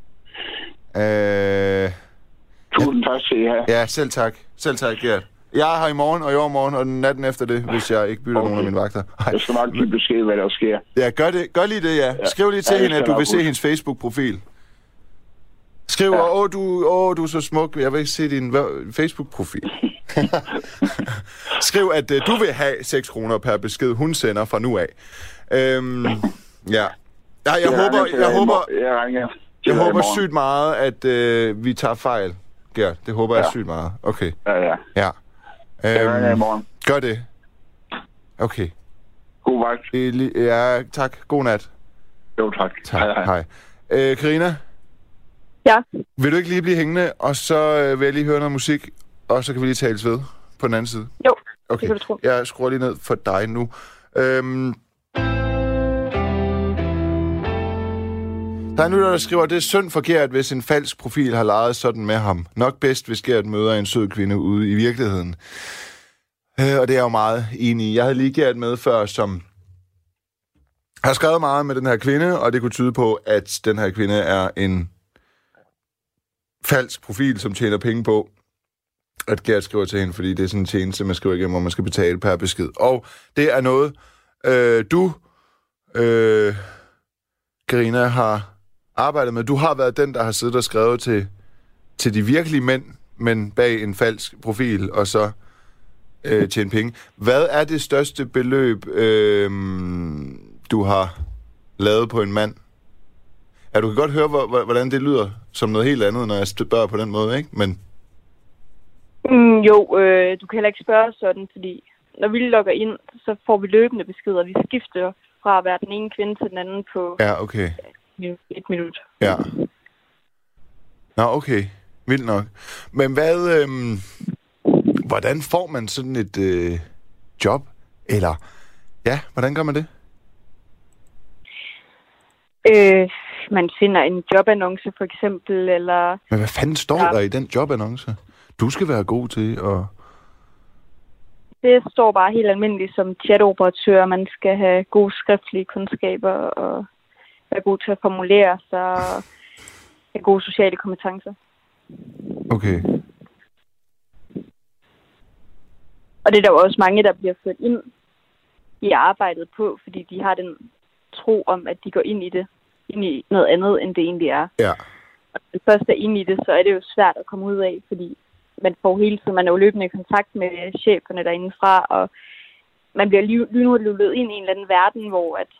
Øh, Tusind ja. tak til jer. Ja, selv tak. Selv tak, Gert. Jeg er her i morgen, og i overmorgen, og natten efter det, hvis jeg ikke bytter okay. nogen af mine vagter. Ej. Jeg skal nok give besked, hvad der sker. Ja, gør, det. gør lige det, ja. ja. Skriv lige til ja, hende, at du vil se hendes Facebook-profil. Skriv, ja. åh, du, åh, du er så smuk, jeg vil ikke se din Facebook-profil. Skriv, at uh, du vil have seks kroner per besked, hun sender fra nu af. Øhm, ja. Ja, jeg, jeg håber, jeg, jeg håber, jeg, ringer. jeg håber sygt meget, at uh, vi tager fejl, Gert. Det håber ja. jeg sygt meget. Okay. Ja, ja. Ja. Jeg øhm, ringer i morgen. Gør det. Okay. God vagt. Ja, tak. God nat. Jo, tak. Tak. Hej, hej. hej. Øh, Carina? Ja? Vil du ikke lige blive hængende, og så øh, vil jeg lige høre noget musik, og så kan vi lige tales ved på den anden side? Jo. Okay, det kan du tro. Jeg skruer lige ned for dig nu. Øhm... Der er nu, der skriver, det er synd for Gert, hvis en falsk profil har leget sådan med ham. Nok bedst, hvis Gert møder en sød kvinde ude i virkeligheden. Øh, og det er jeg jo meget enig i. Jeg havde lige Gert med før, som har skrevet meget med den her kvinde, og det kunne tyde på, at den her kvinde er en falsk profil, som tjener penge på, at Gert skriver til hende, fordi det er sådan en tjeneste, man skriver igennem, hvor man skal betale per besked. Og det er noget, øh, du, øh, Carina, har arbejdet med. Du har været den, der har siddet og skrevet til, til de virkelige mænd, men bag en falsk profil, og så øh, tjene penge. Hvad er det største beløb, øh, du har lavet på en mand? Ja, du kan godt høre, hvordan det lyder som noget helt andet, når jeg spørger på den måde, ikke? Men... Mm, jo, øh, du kan heller ikke spørge sådan, fordi når vi logger ind, så får vi løbende beskeder. Vi skifter fra at være den ene kvinde til den anden på ja, okay. et minut. Ja. Nå, okay. Vildt nok. Men hvad... Øh, hvordan får man sådan et øh, job? Eller... Ja, hvordan gør man det? Øh, man finder en jobannonce, for eksempel, eller... Men hvad fanden står ja. der i den jobannonce? Du skal være god til at... Det står bare helt almindeligt som chatoperatør. Man skal have gode skriftlige kundskaber og være god til at formulere sig og have gode sociale kompetencer. Okay. Og det er der jo også mange, der bliver ført ind i arbejdet på, fordi de har den tro om, at de går ind i det, ind i noget andet, end det egentlig er. Ja. Og når man først er inde i det, så er det jo svært at komme ud af, fordi man får hele tiden, man er jo løbende i kontakt med cheferne derindefra, og man bliver lynhurtigt ind i en eller anden verden, hvor, at,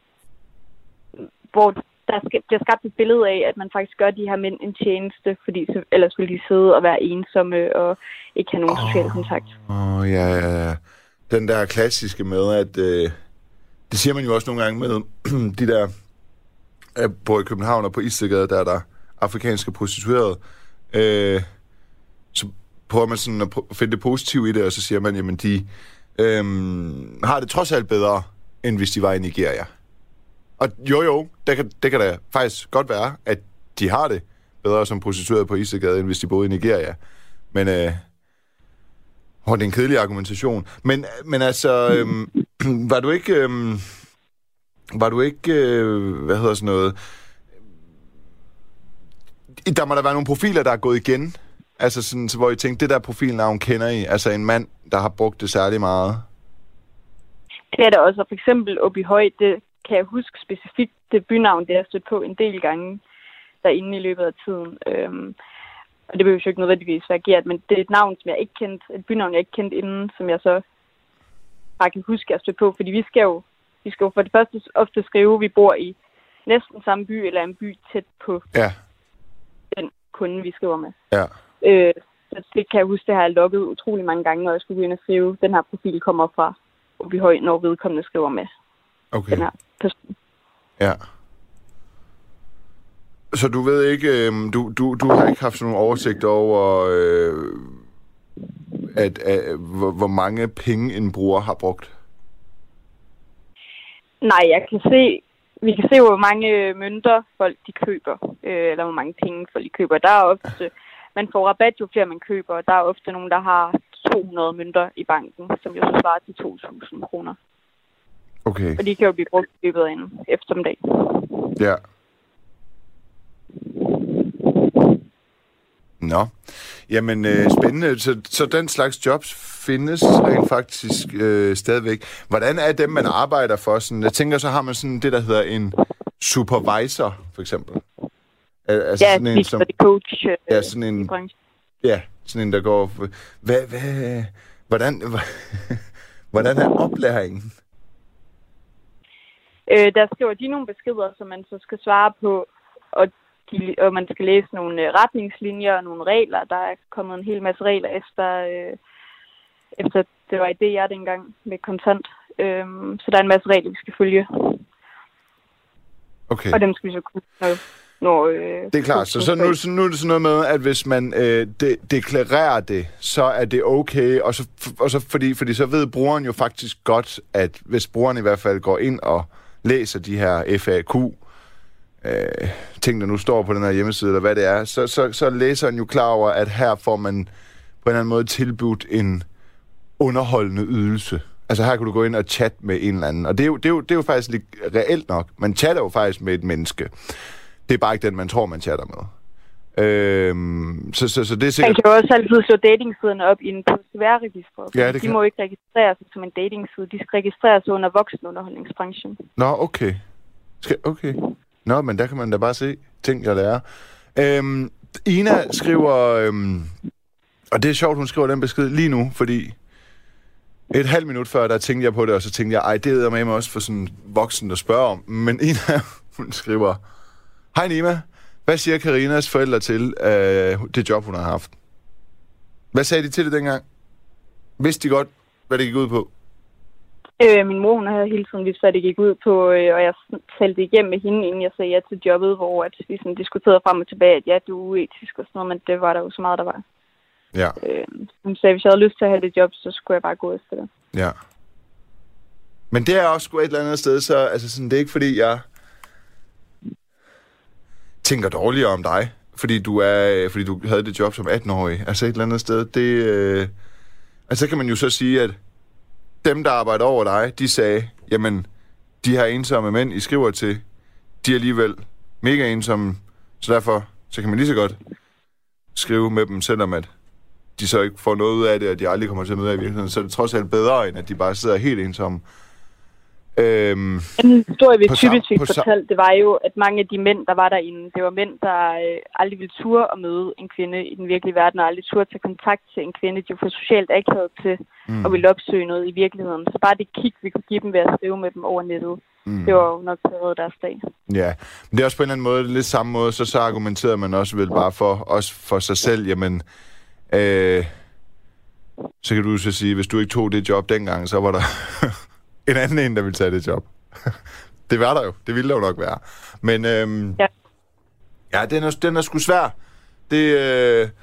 hvor der skal, bliver skabt et billede af, at man faktisk gør de her mænd en tjeneste, fordi så, ellers vil de sidde og være ensomme og ikke have nogen oh, social kontakt. Åh, oh, ja, ja, ja. Den der klassiske med, at øh, det siger man jo også nogle gange med de der, øh, både i København og på Istedgade, der er der afrikanske prostituerede, øh, så prøver man sådan at finde det positive i det, og så siger man, jamen de øhm, har det trods alt bedre, end hvis de var i Nigeria. Og jo jo, det kan, det kan da faktisk godt være, at de har det bedre som prostituerede på Istedgade, end hvis de boede i Nigeria. Men øh, åh, det er en kedelig argumentation. Men, men altså, øhm, var du ikke, øhm, var du ikke, øh, hvad hedder sådan noget, der må der være nogle profiler, der er gået igen. Altså sådan, så hvor I tænkte, det der profilnavn kender I? Altså en mand, der har brugt det særlig meget? Det er der også. For eksempel oppe i Høj, det kan jeg huske specifikt, det bynavn, det har stødt på en del gange derinde i løbet af tiden. Øhm, og det behøver jo ikke nødvendigvis være Gert, men det er et navn, som jeg ikke kendte, et bynavn, jeg ikke kendte inden, som jeg så bare kan huske at støtte på. Fordi vi skal jo, vi skal jo for det første ofte skrive, at vi bor i næsten samme by, eller en by tæt på ja. den kunde, vi skriver med. Ja. Øh, så det kan jeg huske, det har jeg logget utrolig mange gange, når jeg skulle gå ind og skrive, den her profil kommer fra oppe i Høj, når vedkommende skriver med okay. den her person. Ja. Så du ved ikke, øh, du, du, du har ikke haft sådan nogle oversigt over, øh, at, at, hvor, hvor mange penge en bruger har brugt? Nej, jeg kan se, vi kan se, hvor mange mønter folk de køber, øh, eller hvor mange penge folk de køber. Der er ofte, man får rabat jo flere man køber, og der er ofte nogen, der har to hundrede mønter i banken, som jo så svarer til to tusind kroner. Okay. Og de kan jo blive brugt i løbet af en eftermiddag. Ja. Nå. Jamen, øh, spændende. Så, så den slags jobs findes rent faktisk øh, stadigvæk. Hvordan er dem, man arbejder for? Sådan, jeg tænker, så har man sådan det, der hedder en supervisor, for eksempel. Altså ja, sådan en, som, coach. Øh, ja, sådan en, ja, sådan en, der går... Hvad, hvad, hvordan, hvordan er oplæringen? Øh, der skriver de nogle beskeder, som man så skal svare på, og, de, og man skal læse nogle retningslinjer og nogle regler. Der er kommet en hel masse regler efter, øh, efter det var i D R dengang med kontant. Øh, så der er en masse regler, vi skal følge. Okay. Og dem skal vi så kunne. Når, øh, det er klart. Så, så, nu, så nu er det sådan noget med, at hvis man øh, de, deklarerer det, så er det okay. Og så, og så fordi, fordi så ved brugeren jo faktisk godt, at hvis brugeren i hvert fald går ind og læser de her F A Q, øh, ting, der nu står på den her hjemmeside, eller hvad det er, så, så, så læser han jo klar over, at her får man på en eller anden måde tilbudt en underholdende ydelse. Altså her kan du gå ind og chatte med en eller anden. Og det er jo, det er jo, det er jo faktisk lidt reelt nok. Man chatter jo faktisk med et menneske. Det er bare ikke den, man tror, man chatter med. Øhm, så, så, så det er sikkert... Man kan jo også altid slå datingsiderne op i en P C V R-register. Ja, de kan... må ikke registrere sig som en datingside. De skal registrere sig under voksenunderholdningsbranchen. Nå, okay. Skal... Okay. Nå, men der kan man da bare se ting, jeg lærer. Øhm, Ina skriver... Øhm, og det er sjovt, hun skriver den besked lige nu, fordi... Et halvt minut før, der tænkte jeg på det, og så tænkte jeg, ej, det er med mig også for sådan voksen at spørge om. Men Ina, hun skriver... Hej Nima, hvad siger Karinas forældre til øh, det job, hun har haft? Hvad sagde de til det dengang? Vidste de godt, hvad det gik ud på? Øh, min mor, hun havde hele tiden vidst, hvad det gik ud på, øh, og jeg talte det igennem med hende, inden jeg sagde ja til jobbet, hvor at vi sådan diskuterede frem og tilbage, at ja, du er uetisk og sådan noget, men det var der jo så meget, der var. Ja. Øh, hun sagde, hvis jeg havde lyst til at have det job, så skulle jeg bare gå efter det. Ja. Men det er også sgu et eller andet sted, så altså sådan, det er ikke fordi, jeg tænker dårligere om dig, fordi du er, fordi du havde det job som atten-årig. Altså et eller andet sted, det... Øh, altså så kan man jo så sige, at dem, der arbejder over dig, de sagde, jamen, de her ensomme mænd, I skriver til, de er alligevel mega ensomme, så derfor så kan man lige så godt skrive med dem, selvom at de så ikke får noget ud af det, og de aldrig kommer til at møde af i virkeligheden, så er det trods alt bedre, end at de bare sidder helt ensomme. Øhm, en historie, vi typisk fik på fortalt, det var jo, at mange af de mænd, der var derinde, det var mænd, der øh, aldrig ville ture at møde en kvinde i den virkelige verden, og aldrig ture at tage kontakt til en kvinde, de var for socialt akavet til, mm. og ville opsøge noget i virkeligheden. Så bare det kig, vi kunne give dem ved at skrive med dem over nettet, mm. det var jo nok til at redde deres dag. Ja, men det er også på en eller anden måde, lidt samme måde, så, så argumenterede man også vel bare for, også for sig selv, jamen, øh, så kan du så sige, hvis du ikke tog det job dengang, så var der... en anden en, der ville tage det job. Det var der jo. Det ville der jo nok være. Men øhm, ja, ja den, er, den er sgu svær. Det, øh, øh,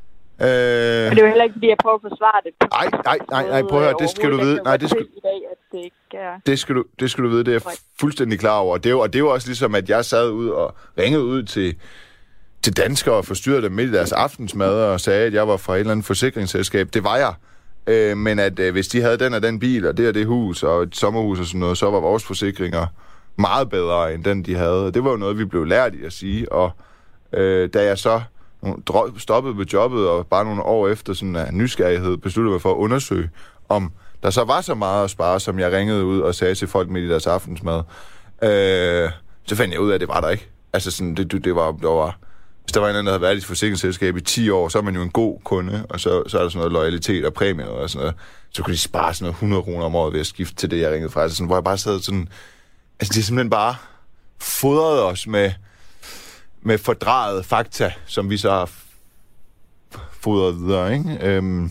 Men det er jo heller ikke, fordi jeg prøver at forsvare det. Nej, nej, nej, nej, prøv at høre. Det skal du vide. Nej, det skal, i dag, at det, ikke er... det, skal du, det skal du vide. Det er jeg fuldstændig klar over. Det er jo, og det er jo også ligesom, at jeg sad ud og ringede ud til, til danskere og forstyrrede dem midt i deres aftensmad og sagde, at jeg var fra et eller andet forsikringsselskab. Det var jeg. Øh, men at øh, hvis de havde den og den bil, og det og det hus, og et sommerhus og sådan noget, så var vores forsikringer meget bedre end den, de havde. Det var jo noget, vi blev lært i at sige. Og øh, da jeg så stoppede på jobbet, og bare nogle år efter sådan en nysgerrighed, besluttede mig for at undersøge, om der så var så meget at spare, som jeg ringede ud og sagde til folk midt i deres aftensmad, øh, så fandt jeg ud af, at det var der ikke. Altså sådan, det, det var... Det var Hvis der var en anden, der havde været i et forsikringsselskab i ti år, så er man jo en god kunde, og så, så er der sådan noget loyalitet og præmie og sådan noget. Så kunne de spare sådan noget hundrede kroner om året ved at skifte til det, jeg ringede fra. Altså sådan, hvor jeg bare sad sådan... Altså, det er simpelthen bare fodret os med, med fordrejet fakta, som vi så har fodret videre, ikke? Øhm,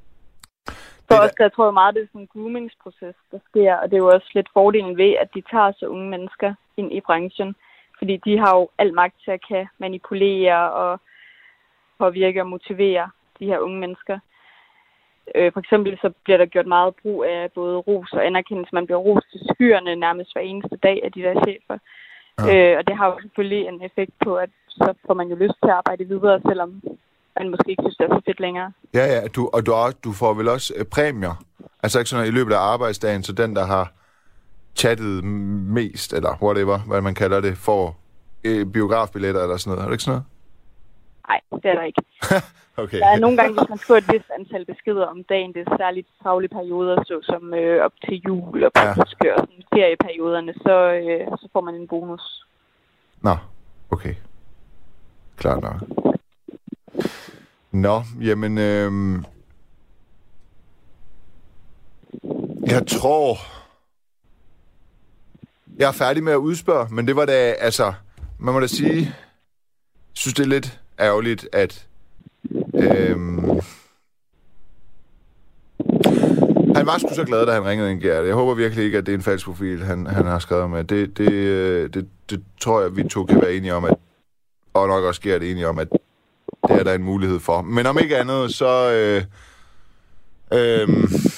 For os, der tror jeg meget, det er sådan en groomingsproces, der sker, og det er jo også lidt fordelen ved, at de tager så unge mennesker ind i branchen. Fordi de har jo al magt til at kan manipulere og påvirke og motivere de her unge mennesker. Øh, for eksempel så bliver der gjort meget brug af både ros og anerkendelse. Man bliver ros til skyerne nærmest hver eneste dag af de der chefer. Ja. Øh, og det har jo selvfølgelig en effekt på, at så får man jo lyst til at arbejde videre, selvom man måske ikke synes, det er så fedt længere. Ja, ja, du, og du, du får vel også øh, præmier. Altså ikke sådan i løbet af arbejdsdagen, så den, der har chattet mest, eller whatever, hvad man kalder det, får øh, biografbilletter eller sådan noget. Er det ikke sådan noget? Nej, det er der ikke. Okay. Der er nogle gange, hvis man får et vist antal beskeder om dagen, det er særligt travle perioder, såsom øh, op til jul og påske ja. Og sådan ferieperioderne, så, øh, så får man en bonus. Nå, okay. Klart nok. Nå, jamen, øh, jeg tror... Jeg er færdig med at udspørge, men det var da, altså, man må da sige, jeg synes, det er lidt ærgerligt, at øhm, han var sgu så glad, da han ringede en Gert. Jeg håber virkelig ikke, at det er en falsk profil, han, han har skrevet med. Det, det, det, det tror jeg, vi to kan være enige om, at og nok også Gert enige om, at det er der en mulighed for. Men om ikke andet, så... Øh, øh,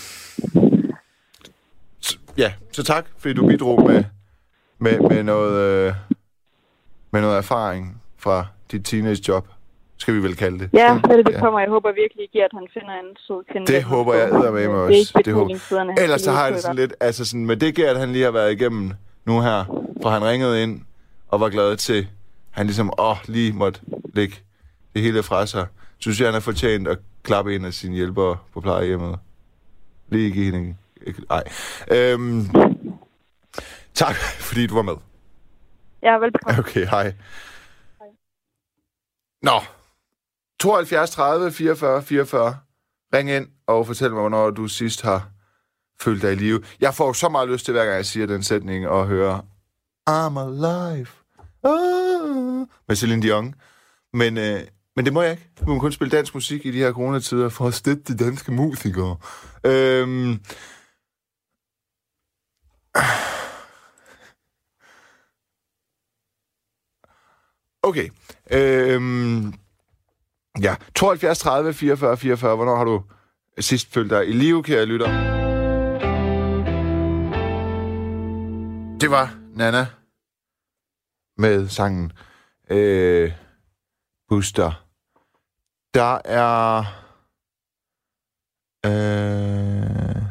så ja, så tak, fordi du bidrog med, med, med, noget, øh, med noget erfaring fra dit teenagejob. Skal vi vel kalde det. Ja, velbekomme. Ja. Jeg håber virkelig ikke, at han finder en sød kvinde. Det håber jeg eddermame med også. Det, det håber. Ellers så har jeg det sådan lidt, altså sådan, med det Gert, han lige har været igennem nu her, for han ringede ind og var glad til, han ligesom, åh, lige måtte lægge det hele fra sig. Synes jeg, han har fortjent at klappe en af sine hjælpere på plejehjemmet. Lige give hende ikke. Ej. Øhm, tak, fordi du var med. Ja, velbekomme. Okay, hej. Hej. Nå. tooghalvfjerds tredive fireogfyrre fireogfyrre. Ring ind og fortæl mig, hvornår du sidst har følt dig i live. Jeg får så meget lyst til, hver gang jeg siger den sætning, og høre I'm alive. Ah, med Celine Dion. Men, øh, men det må jeg ikke. Du må kun spille dansk musik i de her coronatider for at støtte de danske musikere. Øhm... Okay. Øhm... Ja, tooghalvfjerds tredive fireogfyrre fireogfyrre. Hvornår har du sidst følt dig i live, kære lytter? Det var Nana med sangen øh, Buster. Der er øh,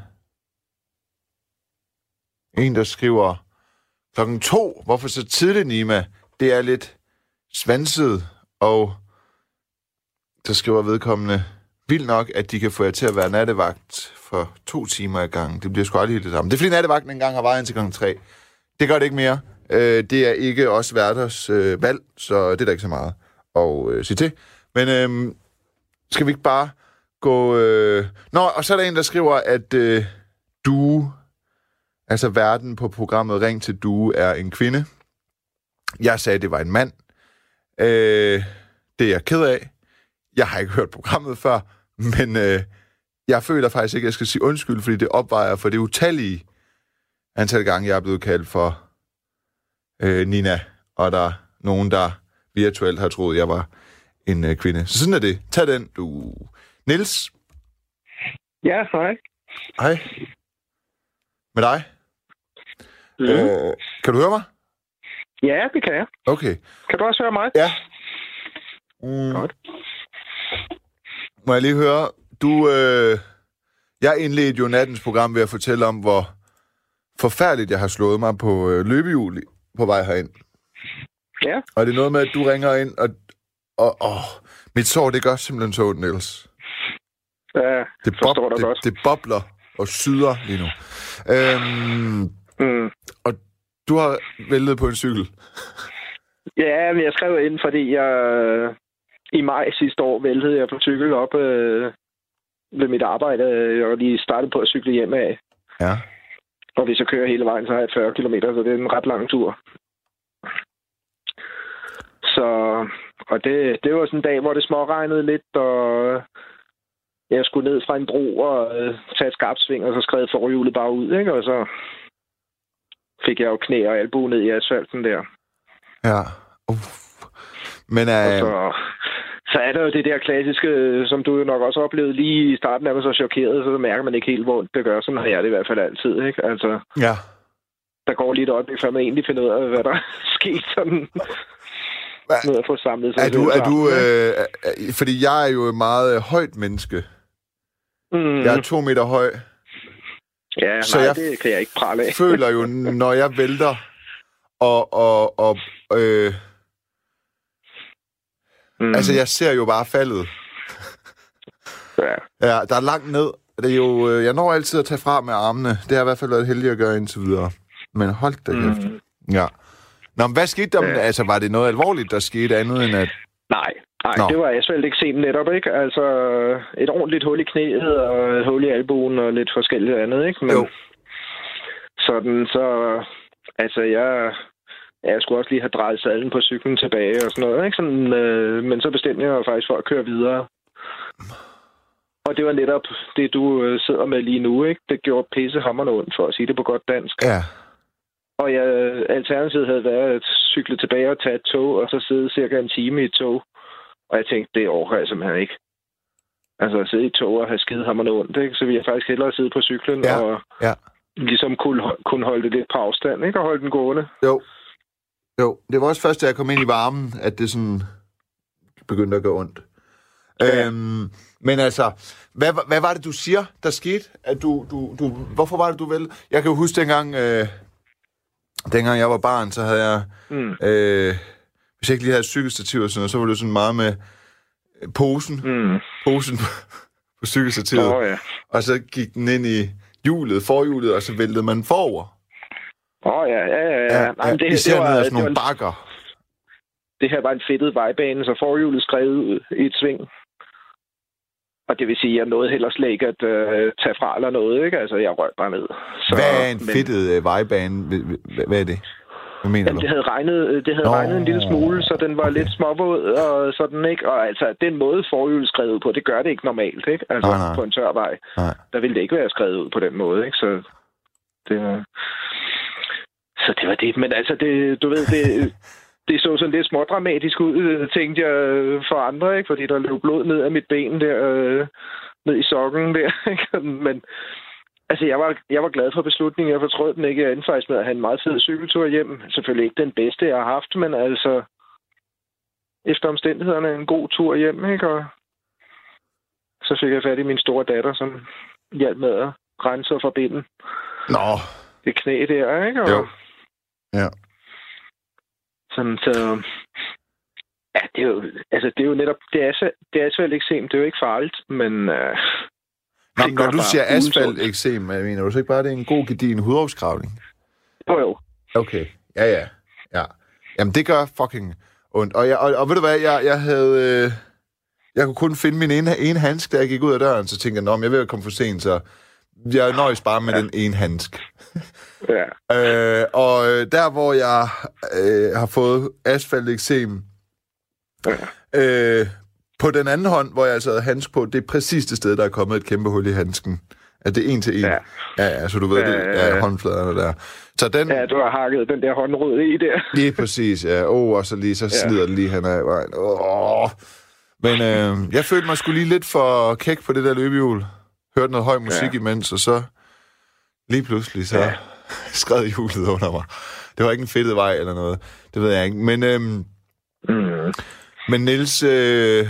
en, der skriver klokken to. Hvorfor så tidligt, Nima? Det er lidt svanset, og så skriver vedkommende, vildt nok, at de kan få jer til at være nattevagt for to timer i gang. Det bliver sgu aldrig helt det samme. Det er fordi nattevagten engang har vejen til klokken tre. Det gør det ikke mere. Øh, det er ikke også værters øh, valg, så det er der ikke så meget at øh, sige til. Men øh, skal vi ikke bare gå... Øh... Nå, og så er der en, der skriver, at øh, du, altså verden på programmet Ring til Due, er en kvinde. Jeg sagde, at det var en mand. Øh, det er jeg ked af. Jeg har ikke hørt programmet før, men øh, jeg føler faktisk ikke, at jeg skal sige undskyld, fordi det opvejer for det utallige antal gange, jeg er blevet kaldt for øh, Nina, og der er nogen, der virtuelt har troet, jeg var en øh, kvinde. Så sådan er det. Tag den, du. Niels? Ja, hej. Hej. Med dig? Mm. Øh, kan du høre mig? Ja, det kan jeg. Okay. Kan du også høre mig? Ja. Mm. Godt. Må jeg lige høre, du, øh, jeg indledte jo nattens program ved at fortælle om, hvor forfærdeligt jeg har slået mig på øh, løbehjul på vej herind. Ja. Og det er noget med, at du ringer ind, og, og, og mit sår, det gør simpelthen så ondt, Niels. Ja, det forstår bob, dig godt. Det, det bobler og syder lige nu. Øhm, mm. Og du har væltet på en cykel. Ja, men jeg skrev ind, fordi jeg i maj sidste år væltede jeg på cykel op øh, ved mit arbejde. Jeg var lige startet på at cykle hjem af. Ja. Og hvis jeg kører hele vejen, så har jeg fyrre kilometer, så det er en ret lang tur. Så, og det, det var sådan en dag, hvor det småregnede lidt, og jeg skulle ned fra en bro og øh, tage et skarpt sving, og så skred forhjulet bare ud, ikke? Og så fik jeg jo knæ og albue ned i asfalten der. Ja. Uff. Men øh... og så, så er der jo det der klassiske, som du jo nok også oplevede lige i starten, er man så chokeret, så mærker man ikke helt, hvor det gør. Sådan har jeg det i hvert fald altid, ikke? Altså, ja. Der går lidt øjeblik, før man egentlig finder ud af, hvad der er sket sådan. Noget at få samlet sig. Er du, er du øh, er, fordi jeg er jo et meget øh, højt menneske. Mm. Jeg er to meter høj. Ja, så nej, jeg det kan jeg ikke prale af. føler jo, når jeg vælter, og, og, og øh, mm. altså jeg ser jo bare faldet. Ja. Ja, der er langt ned. Det er jo, øh, jeg når altid at tage fra med armene. Det har i hvert fald været heldig at gøre indtil videre. Men hold da kæft. Mm. Ja. Nå, men hvad skete der? Ja. Altså, var det noget alvorligt, der skete andet end at... Nej, nej, Nå. Det var asfalt ikke set netop, ikke? Altså, et ordentligt hul i knæet, og et hul i albuen, og lidt forskelligt andet, ikke? Men jo. Sådan, så... Altså, jeg... Jeg skulle også lige have drejet sadlen på cyklen tilbage og sådan noget, ikke? Sådan, øh, men så bestemte jeg faktisk for at køre videre. Og det var netop det, du øh, sidder med lige nu, ikke? Det gjorde pissehammerende ondt, for at sige det på godt dansk. Ja. Og jeg, alternativet havde været at cykle tilbage og tage et tog, og så sidde cirka en time i et tog. Og jeg tænkte, det overgår jeg simpelthen ikke. Altså at sidde i et tog og have skidehammerende ondt, ikke? Så vi har faktisk hellere sidde på cyklen ja, og ja. ligesom kunne, kunne holde det lidt på afstand, ikke? Og holde den gående. Jo. Jo, det var også først, da jeg kom ind i varmen, at det sådan begyndte at gå ondt. Ja. Øhm, men altså, hvad, hvad var det, du siger, der skete? At du, du, du, hvorfor var det, du vel? Jeg kan jo huske dengang, øh, dengang jeg var barn, så havde jeg, mm. øh, hvis jeg ikke lige havde cykelstativ og sådan noget, så var det sådan meget med posen, mm. posen på, på cykelstativet. Oh, ja. Og så gik den ind i hjulet, forhjulet, og så væltede man forover. Åh oh, ja, ja, ja. ja. ja, ja. Det, Især det var, ned af sådan nogle det var, bakker. Det her var en fedtet vejbane, så forhjulet skrev ud i et sving. Og det vil sige, at jeg nåede heller slet ikke at øh, tage fra eller noget, ikke? Altså, jeg røg bare ned. Så, hvad er en men, fedtet øh, vejbane? Hvad, hvad er det? Hvad mener jamen, du? det havde regnet, det havde oh, regnet en lille smule, så den var okay. lidt småvåd og sådan, ikke? Og altså, den måde forhjulet skrevet ud på, det gør det ikke normalt, ikke? Altså, nej, nej. På en tør vej. Nej. Der ville det ikke være skrevet ud på den måde, ikke? Så det var... Så det var det. Men altså, det, du ved, det... Det så sådan lidt smådramatisk ud, tænkte jeg, for andre, ikke? Fordi der løb blod ned af mit ben der, øh, ned i sokken der, ikke? Men altså, jeg var, jeg var glad for beslutningen. Jeg fortrød den ikke. Jeg endte faktisk med at have en meget fed cykeltur hjem. Selvfølgelig ikke den bedste, jeg har haft, men altså, efter omstændighederne en god tur hjem, ikke? Og så fik jeg fat i min store datter, som hjalp med at rense og forbinde. Nå. Det knæ der, ikke? Og, jo. Ja. Sådan, så... Ja, det er jo... Altså, det er jo netop... Det er, det er asfalteksem. Det er jo ikke farligt, men... Øh, Nå, når du siger asfalteksem, mener du så ikke bare, det er en god gedigen hudafskravning? Jo, jo. Okay. Ja, ja. Ja. Jamen, det gør fucking ondt. Og, jeg, og, og ved du hvad, jeg, jeg havde... Øh, jeg kunne kun finde min ene, ene handsk, da jeg gik ud af døren, så tænkte jeg, nå, jeg vil komme for sent, så jeg nøjes bare med ja. den ene handsk. Ja. øh, og der, hvor jeg øh, har fået asfalteksem, ja. øh, på den anden hånd, hvor jeg altså havde handsk på, det er præcis det sted, der er kommet et kæmpe hul i handsken. At det er en til en. Ja, ja, ja så du ved, ja, det er ja, håndfladerne der. Så den... Ja, du har hakket den der håndrod i der. Lige præcis, ja. Åh, oh, og så lige, så slider ja. det lige hen ad vejen. Åh. Oh. Men øh, jeg følte mig sgu lige lidt for kæk på det der løbehjul. Hørte noget høj musik ja. imens, og så lige pludselig, så ja. skred hjulet under mig. Det var ikke en fedtet vej eller noget. Det ved jeg ikke. Men, øhm, mm. men Niels, øh,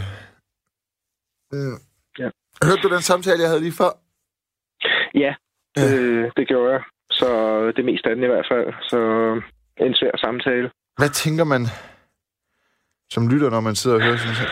øh, ja. hørte du den samtale, jeg havde lige før? Ja, ja. Det, det gjorde jeg. Så det mest af den i hvert fald. Så en svær samtale. Hvad tænker man som lytter, når man sidder og hører sådan noget?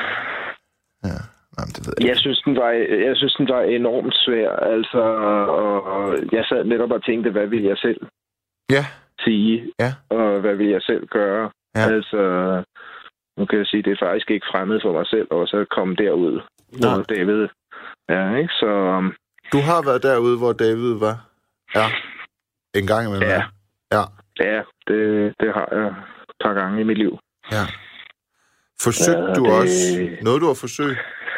Ja. Jamen, det ved jeg. Jeg synes, den var, jeg synes, den var enormt svær. Altså, og jeg sad netop og tænkte, hvad vil jeg selv ja. sige? Ja. Og hvad vil jeg selv gøre? Ja. Altså, nu kan jeg sige, det er faktisk ikke fremmed for mig selv, og så komme derud, hvor ja. David er, ikke? Så... Du har været derude, hvor David var? Ja. En gang imellem? Ja. Ja, ja det, det har jeg et par gange i mit liv. Ja. Forsøgte ja, du det... også noget, du har forsøgt?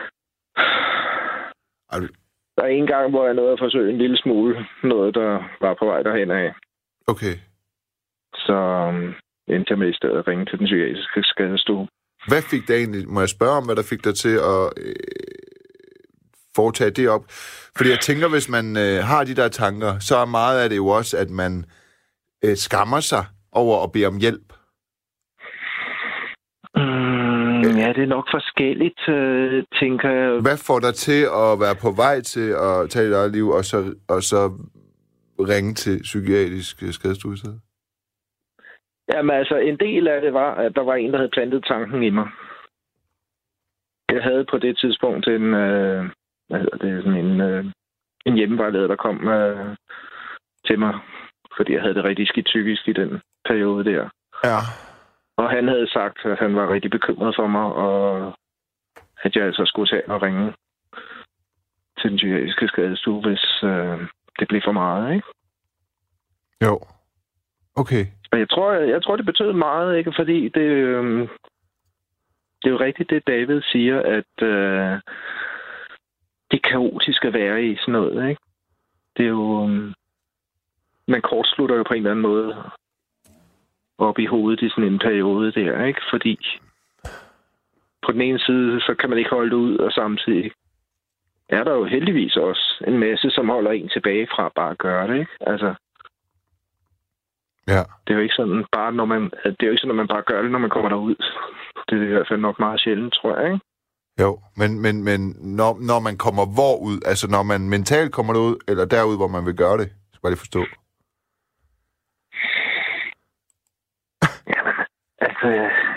Du... Der er en gang, hvor jeg nåede at forsøge en lille smule. Noget, der var på vej derhen af. Okay. Så um, endte jeg med i stedet at ringe til den psykiatriske skadestue. Hvad fik dig egentlig... Må jeg spørge om, hvad der fik dig til at øh, foretage det op? Fordi jeg tænker, hvis man øh, har de der tanker, så er meget af det jo også, at man øh, skammer sig over at bede om hjælp. Ja, det er nok forskelligt, øh, tænker jeg. Hvad får dig til at være på vej til at tage dit eget liv, og så, og så ringe til psykiatrisk skadestue i stedet? Jamen altså, en del af det var, at der var en, der havde plantet tanken i mig. Jeg havde på det tidspunkt en, øh, hvad hedder det, sådan en, øh, en hjemmevejleder, der kom øh, til mig, fordi jeg havde det rigtig skidt psykisk i den periode der. Ja. Og han havde sagt, at han var rigtig bekymret for mig, og at jeg altså skulle tage og ringe til den psykiatriske skadestue, hvis øh, det blev for meget, ikke? Jo. Okay. Og jeg tror, jeg, jeg tror det betød meget, ikke? Fordi det, øh, det er jo rigtigt, det David siger, at øh, det kaotiske at være i sådan noget, ikke? Det er jo... Øh, man kortslutter jo på en eller anden måde op i hovedet i sådan en periode der, ikke? Fordi på den ene side, så kan man ikke holde det ud, og samtidig er der jo heldigvis også en masse, som holder en tilbage fra bare at gøre det, ikke? Altså, ja. Det er jo ikke sådan, bare når man, det er jo ikke sådan, at man bare gør det, når man kommer derud. Det er i hvert fald nok meget sjældent, tror jeg, ikke? Jo, men, men, men når, når man kommer hvor ud, altså når man mentalt kommer derud, eller derud, hvor man vil gøre det, så bare lige forstå. Jamen, altså,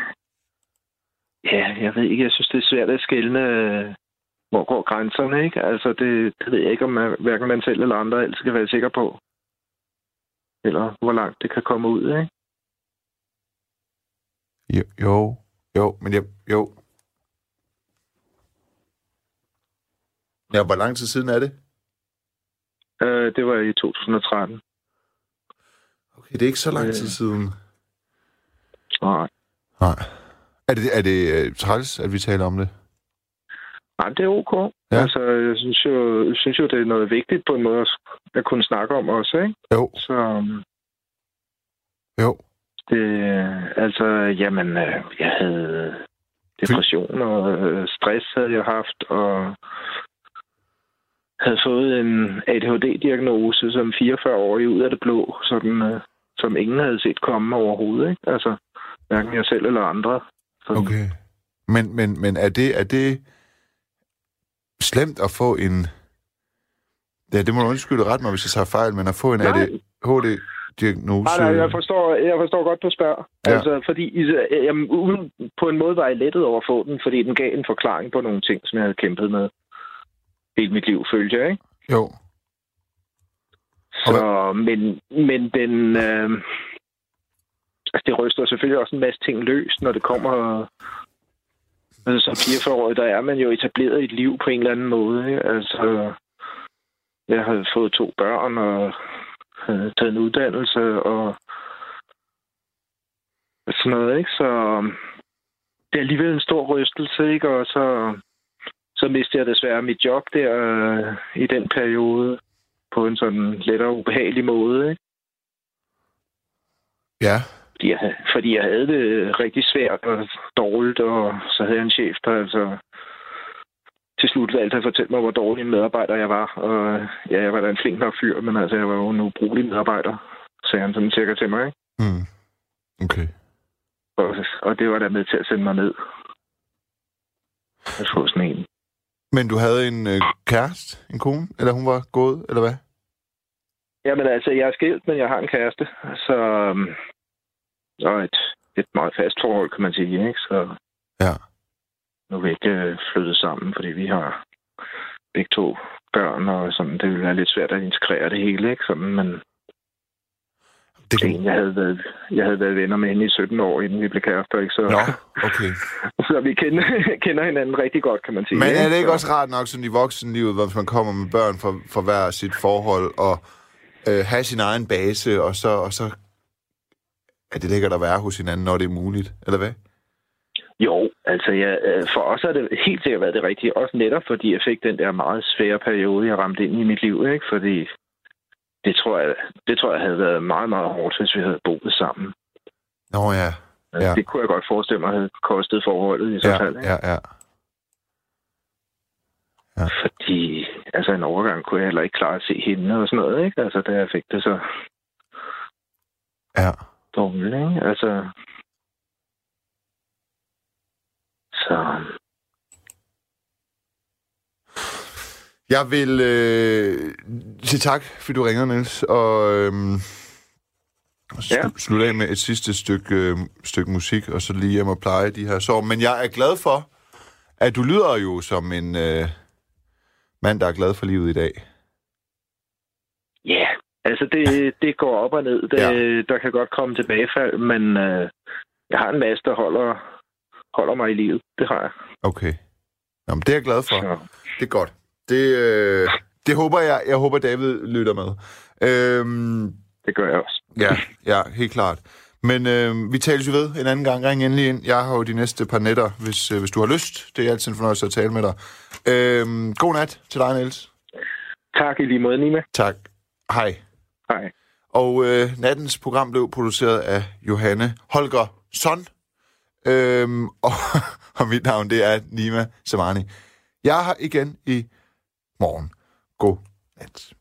ja, jeg ved ikke, jeg synes, det er svært at skelne, hvor går grænserne, ikke? Altså, det, det ved jeg ikke, om man, hverken man selv eller andre altid skal være sikker på. Eller hvor langt det kan komme ud, ikke? Jo, jo, jo men jeg, jo. Ja, hvor lang tid siden er det? Øh, det var i to tusind og tretten. Okay, det er ikke så lang tid øh. siden. Nej. Nej. Er det, er det uh, træls, at vi taler om det? Nej, det er ok. Ja. Altså, jeg synes, jo, jeg synes jo, det er noget vigtigt på en måde at, at kunne snakke om også, ikke? Jo. Så... Jo. Det, altså, jamen, jeg havde depression og stress havde jeg haft, og havde fået en A D H D-diagnose som fireogfyrre-årig ud af det blå, sådan, som ingen havde set komme overhovedet, ikke? Altså, hverken jeg selv eller andre. Sådan. Okay. Men, men, men er det, er det slemt at få en... Ja, det må du undskylde ret mig, hvis jeg tager fejl, men at få en A D H D-diagnose... Nej, nej, jeg forstår, jeg forstår godt, du spørger. Ja. Altså, fordi jamen, uden, på en måde var jeg lettet over at få den, fordi den gav en forklaring på nogle ting, som jeg havde kæmpet med hele mit liv, følte jeg, ikke? Jo. Så, men, men den... Øh, altså, det ryster selvfølgelig også en masse ting løs, når det kommer... Altså, som fireogfyrre-årig, der er man jo etableret et liv på en eller anden måde, ikke? Altså, jeg havde fået to børn, og havde taget en uddannelse, og sådan noget, ikke? Så det er alligevel en stor rystelse, ikke? Og så, så mistede jeg desværre mit job der øh, i den periode, på en sådan lettere ubehagelig måde, ikke? Ja. Fordi jeg, fordi jeg havde det rigtig svært og dårligt, og så havde jeg en chef, der altså til slut valgte at fortælle mig, hvor dårlig en medarbejder jeg var. Og ja, jeg var da en flink nok fyr, men altså, jeg var jo en ubrugelig medarbejder, sagde han sådan cirka til mig, ikke? Mm. Okay. Og, og det var der med til at sende mig ned. At få sådan en. Men du havde en øh, kæreste, en kone, eller hun var gået, eller hvad? Jamen altså, jeg er skilt, men jeg har en kæreste, så... Og et, et meget fast forhold, kan man sige, ikke? Så ja. Nu er vi ikke flyttet sammen, fordi vi har begge to børn, og sådan, det ville være lidt svært at integrere det hele, ikke? Sådan, men det kan... jeg, havde været, jeg havde været venner med hende i sytten år, inden vi blev kærester, ikke? Så, Nå, okay. så vi kender, kender hinanden rigtig godt, kan man sige. Men er det ikke så... også rart nok sådan i voksenlivet, hvor man kommer med børn for, for hver sit forhold, og øh, have sin egen base, og så... Og så er det lækkert at være hos hinanden, når det er muligt, eller hvad? Jo, altså ja, for os har det helt sikkert været det rigtige. Også netop, fordi jeg fik den der meget svære periode, jeg ramte ind i mit liv, ikke? Fordi det tror jeg, det tror jeg havde været meget, meget hårdt, hvis vi havde boet sammen. Nå ja. Altså, ja. Det kunne jeg godt forestille mig havde kostet forholdet i så ja, fald. Ikke? Ja, ja. Ja. Fordi altså en overgang kunne jeg heller ikke klare at se hende og sådan noget, ikke? Altså da jeg fik det så... Ja. Dårligt, ikke? Altså... Så... Jeg vil øh, sige tak, fordi du ringer, Niels, og øh, ja. slutte af med et sidste stykke, øh, stykke musik, og så lige hjem og pleje de her sår. Men jeg er glad for, at du lyder jo som en øh, mand, der er glad for livet i dag. Ja, yeah. altså det, det går op og ned. Det, ja. Der kan godt komme tilbagefald, men øh, jeg har en masse, der holder, holder mig i livet. Det har jeg. Okay. Jamen, det er jeg glad for. Så. Det er godt. Det, øh, det håber jeg. Jeg håber, David lytter med. Øhm, det gør jeg også. Ja, ja, helt klart. Men øh, vi tales jo ved en anden gang. Ring endelig ind. Jeg har jo de næste par nætter, hvis, øh, hvis du har lyst. Det er altid en fornøjelse at tale med dig. Øhm, god nat til dig, Niels. Tak i lige måde, Nima. Tak. Hej. Hej. Og øh, nattens program blev produceret af Johanne Holgersson. Øhm, og, og mit navn, det er Nima Samani. Jeg er her igen i morgen. God nat.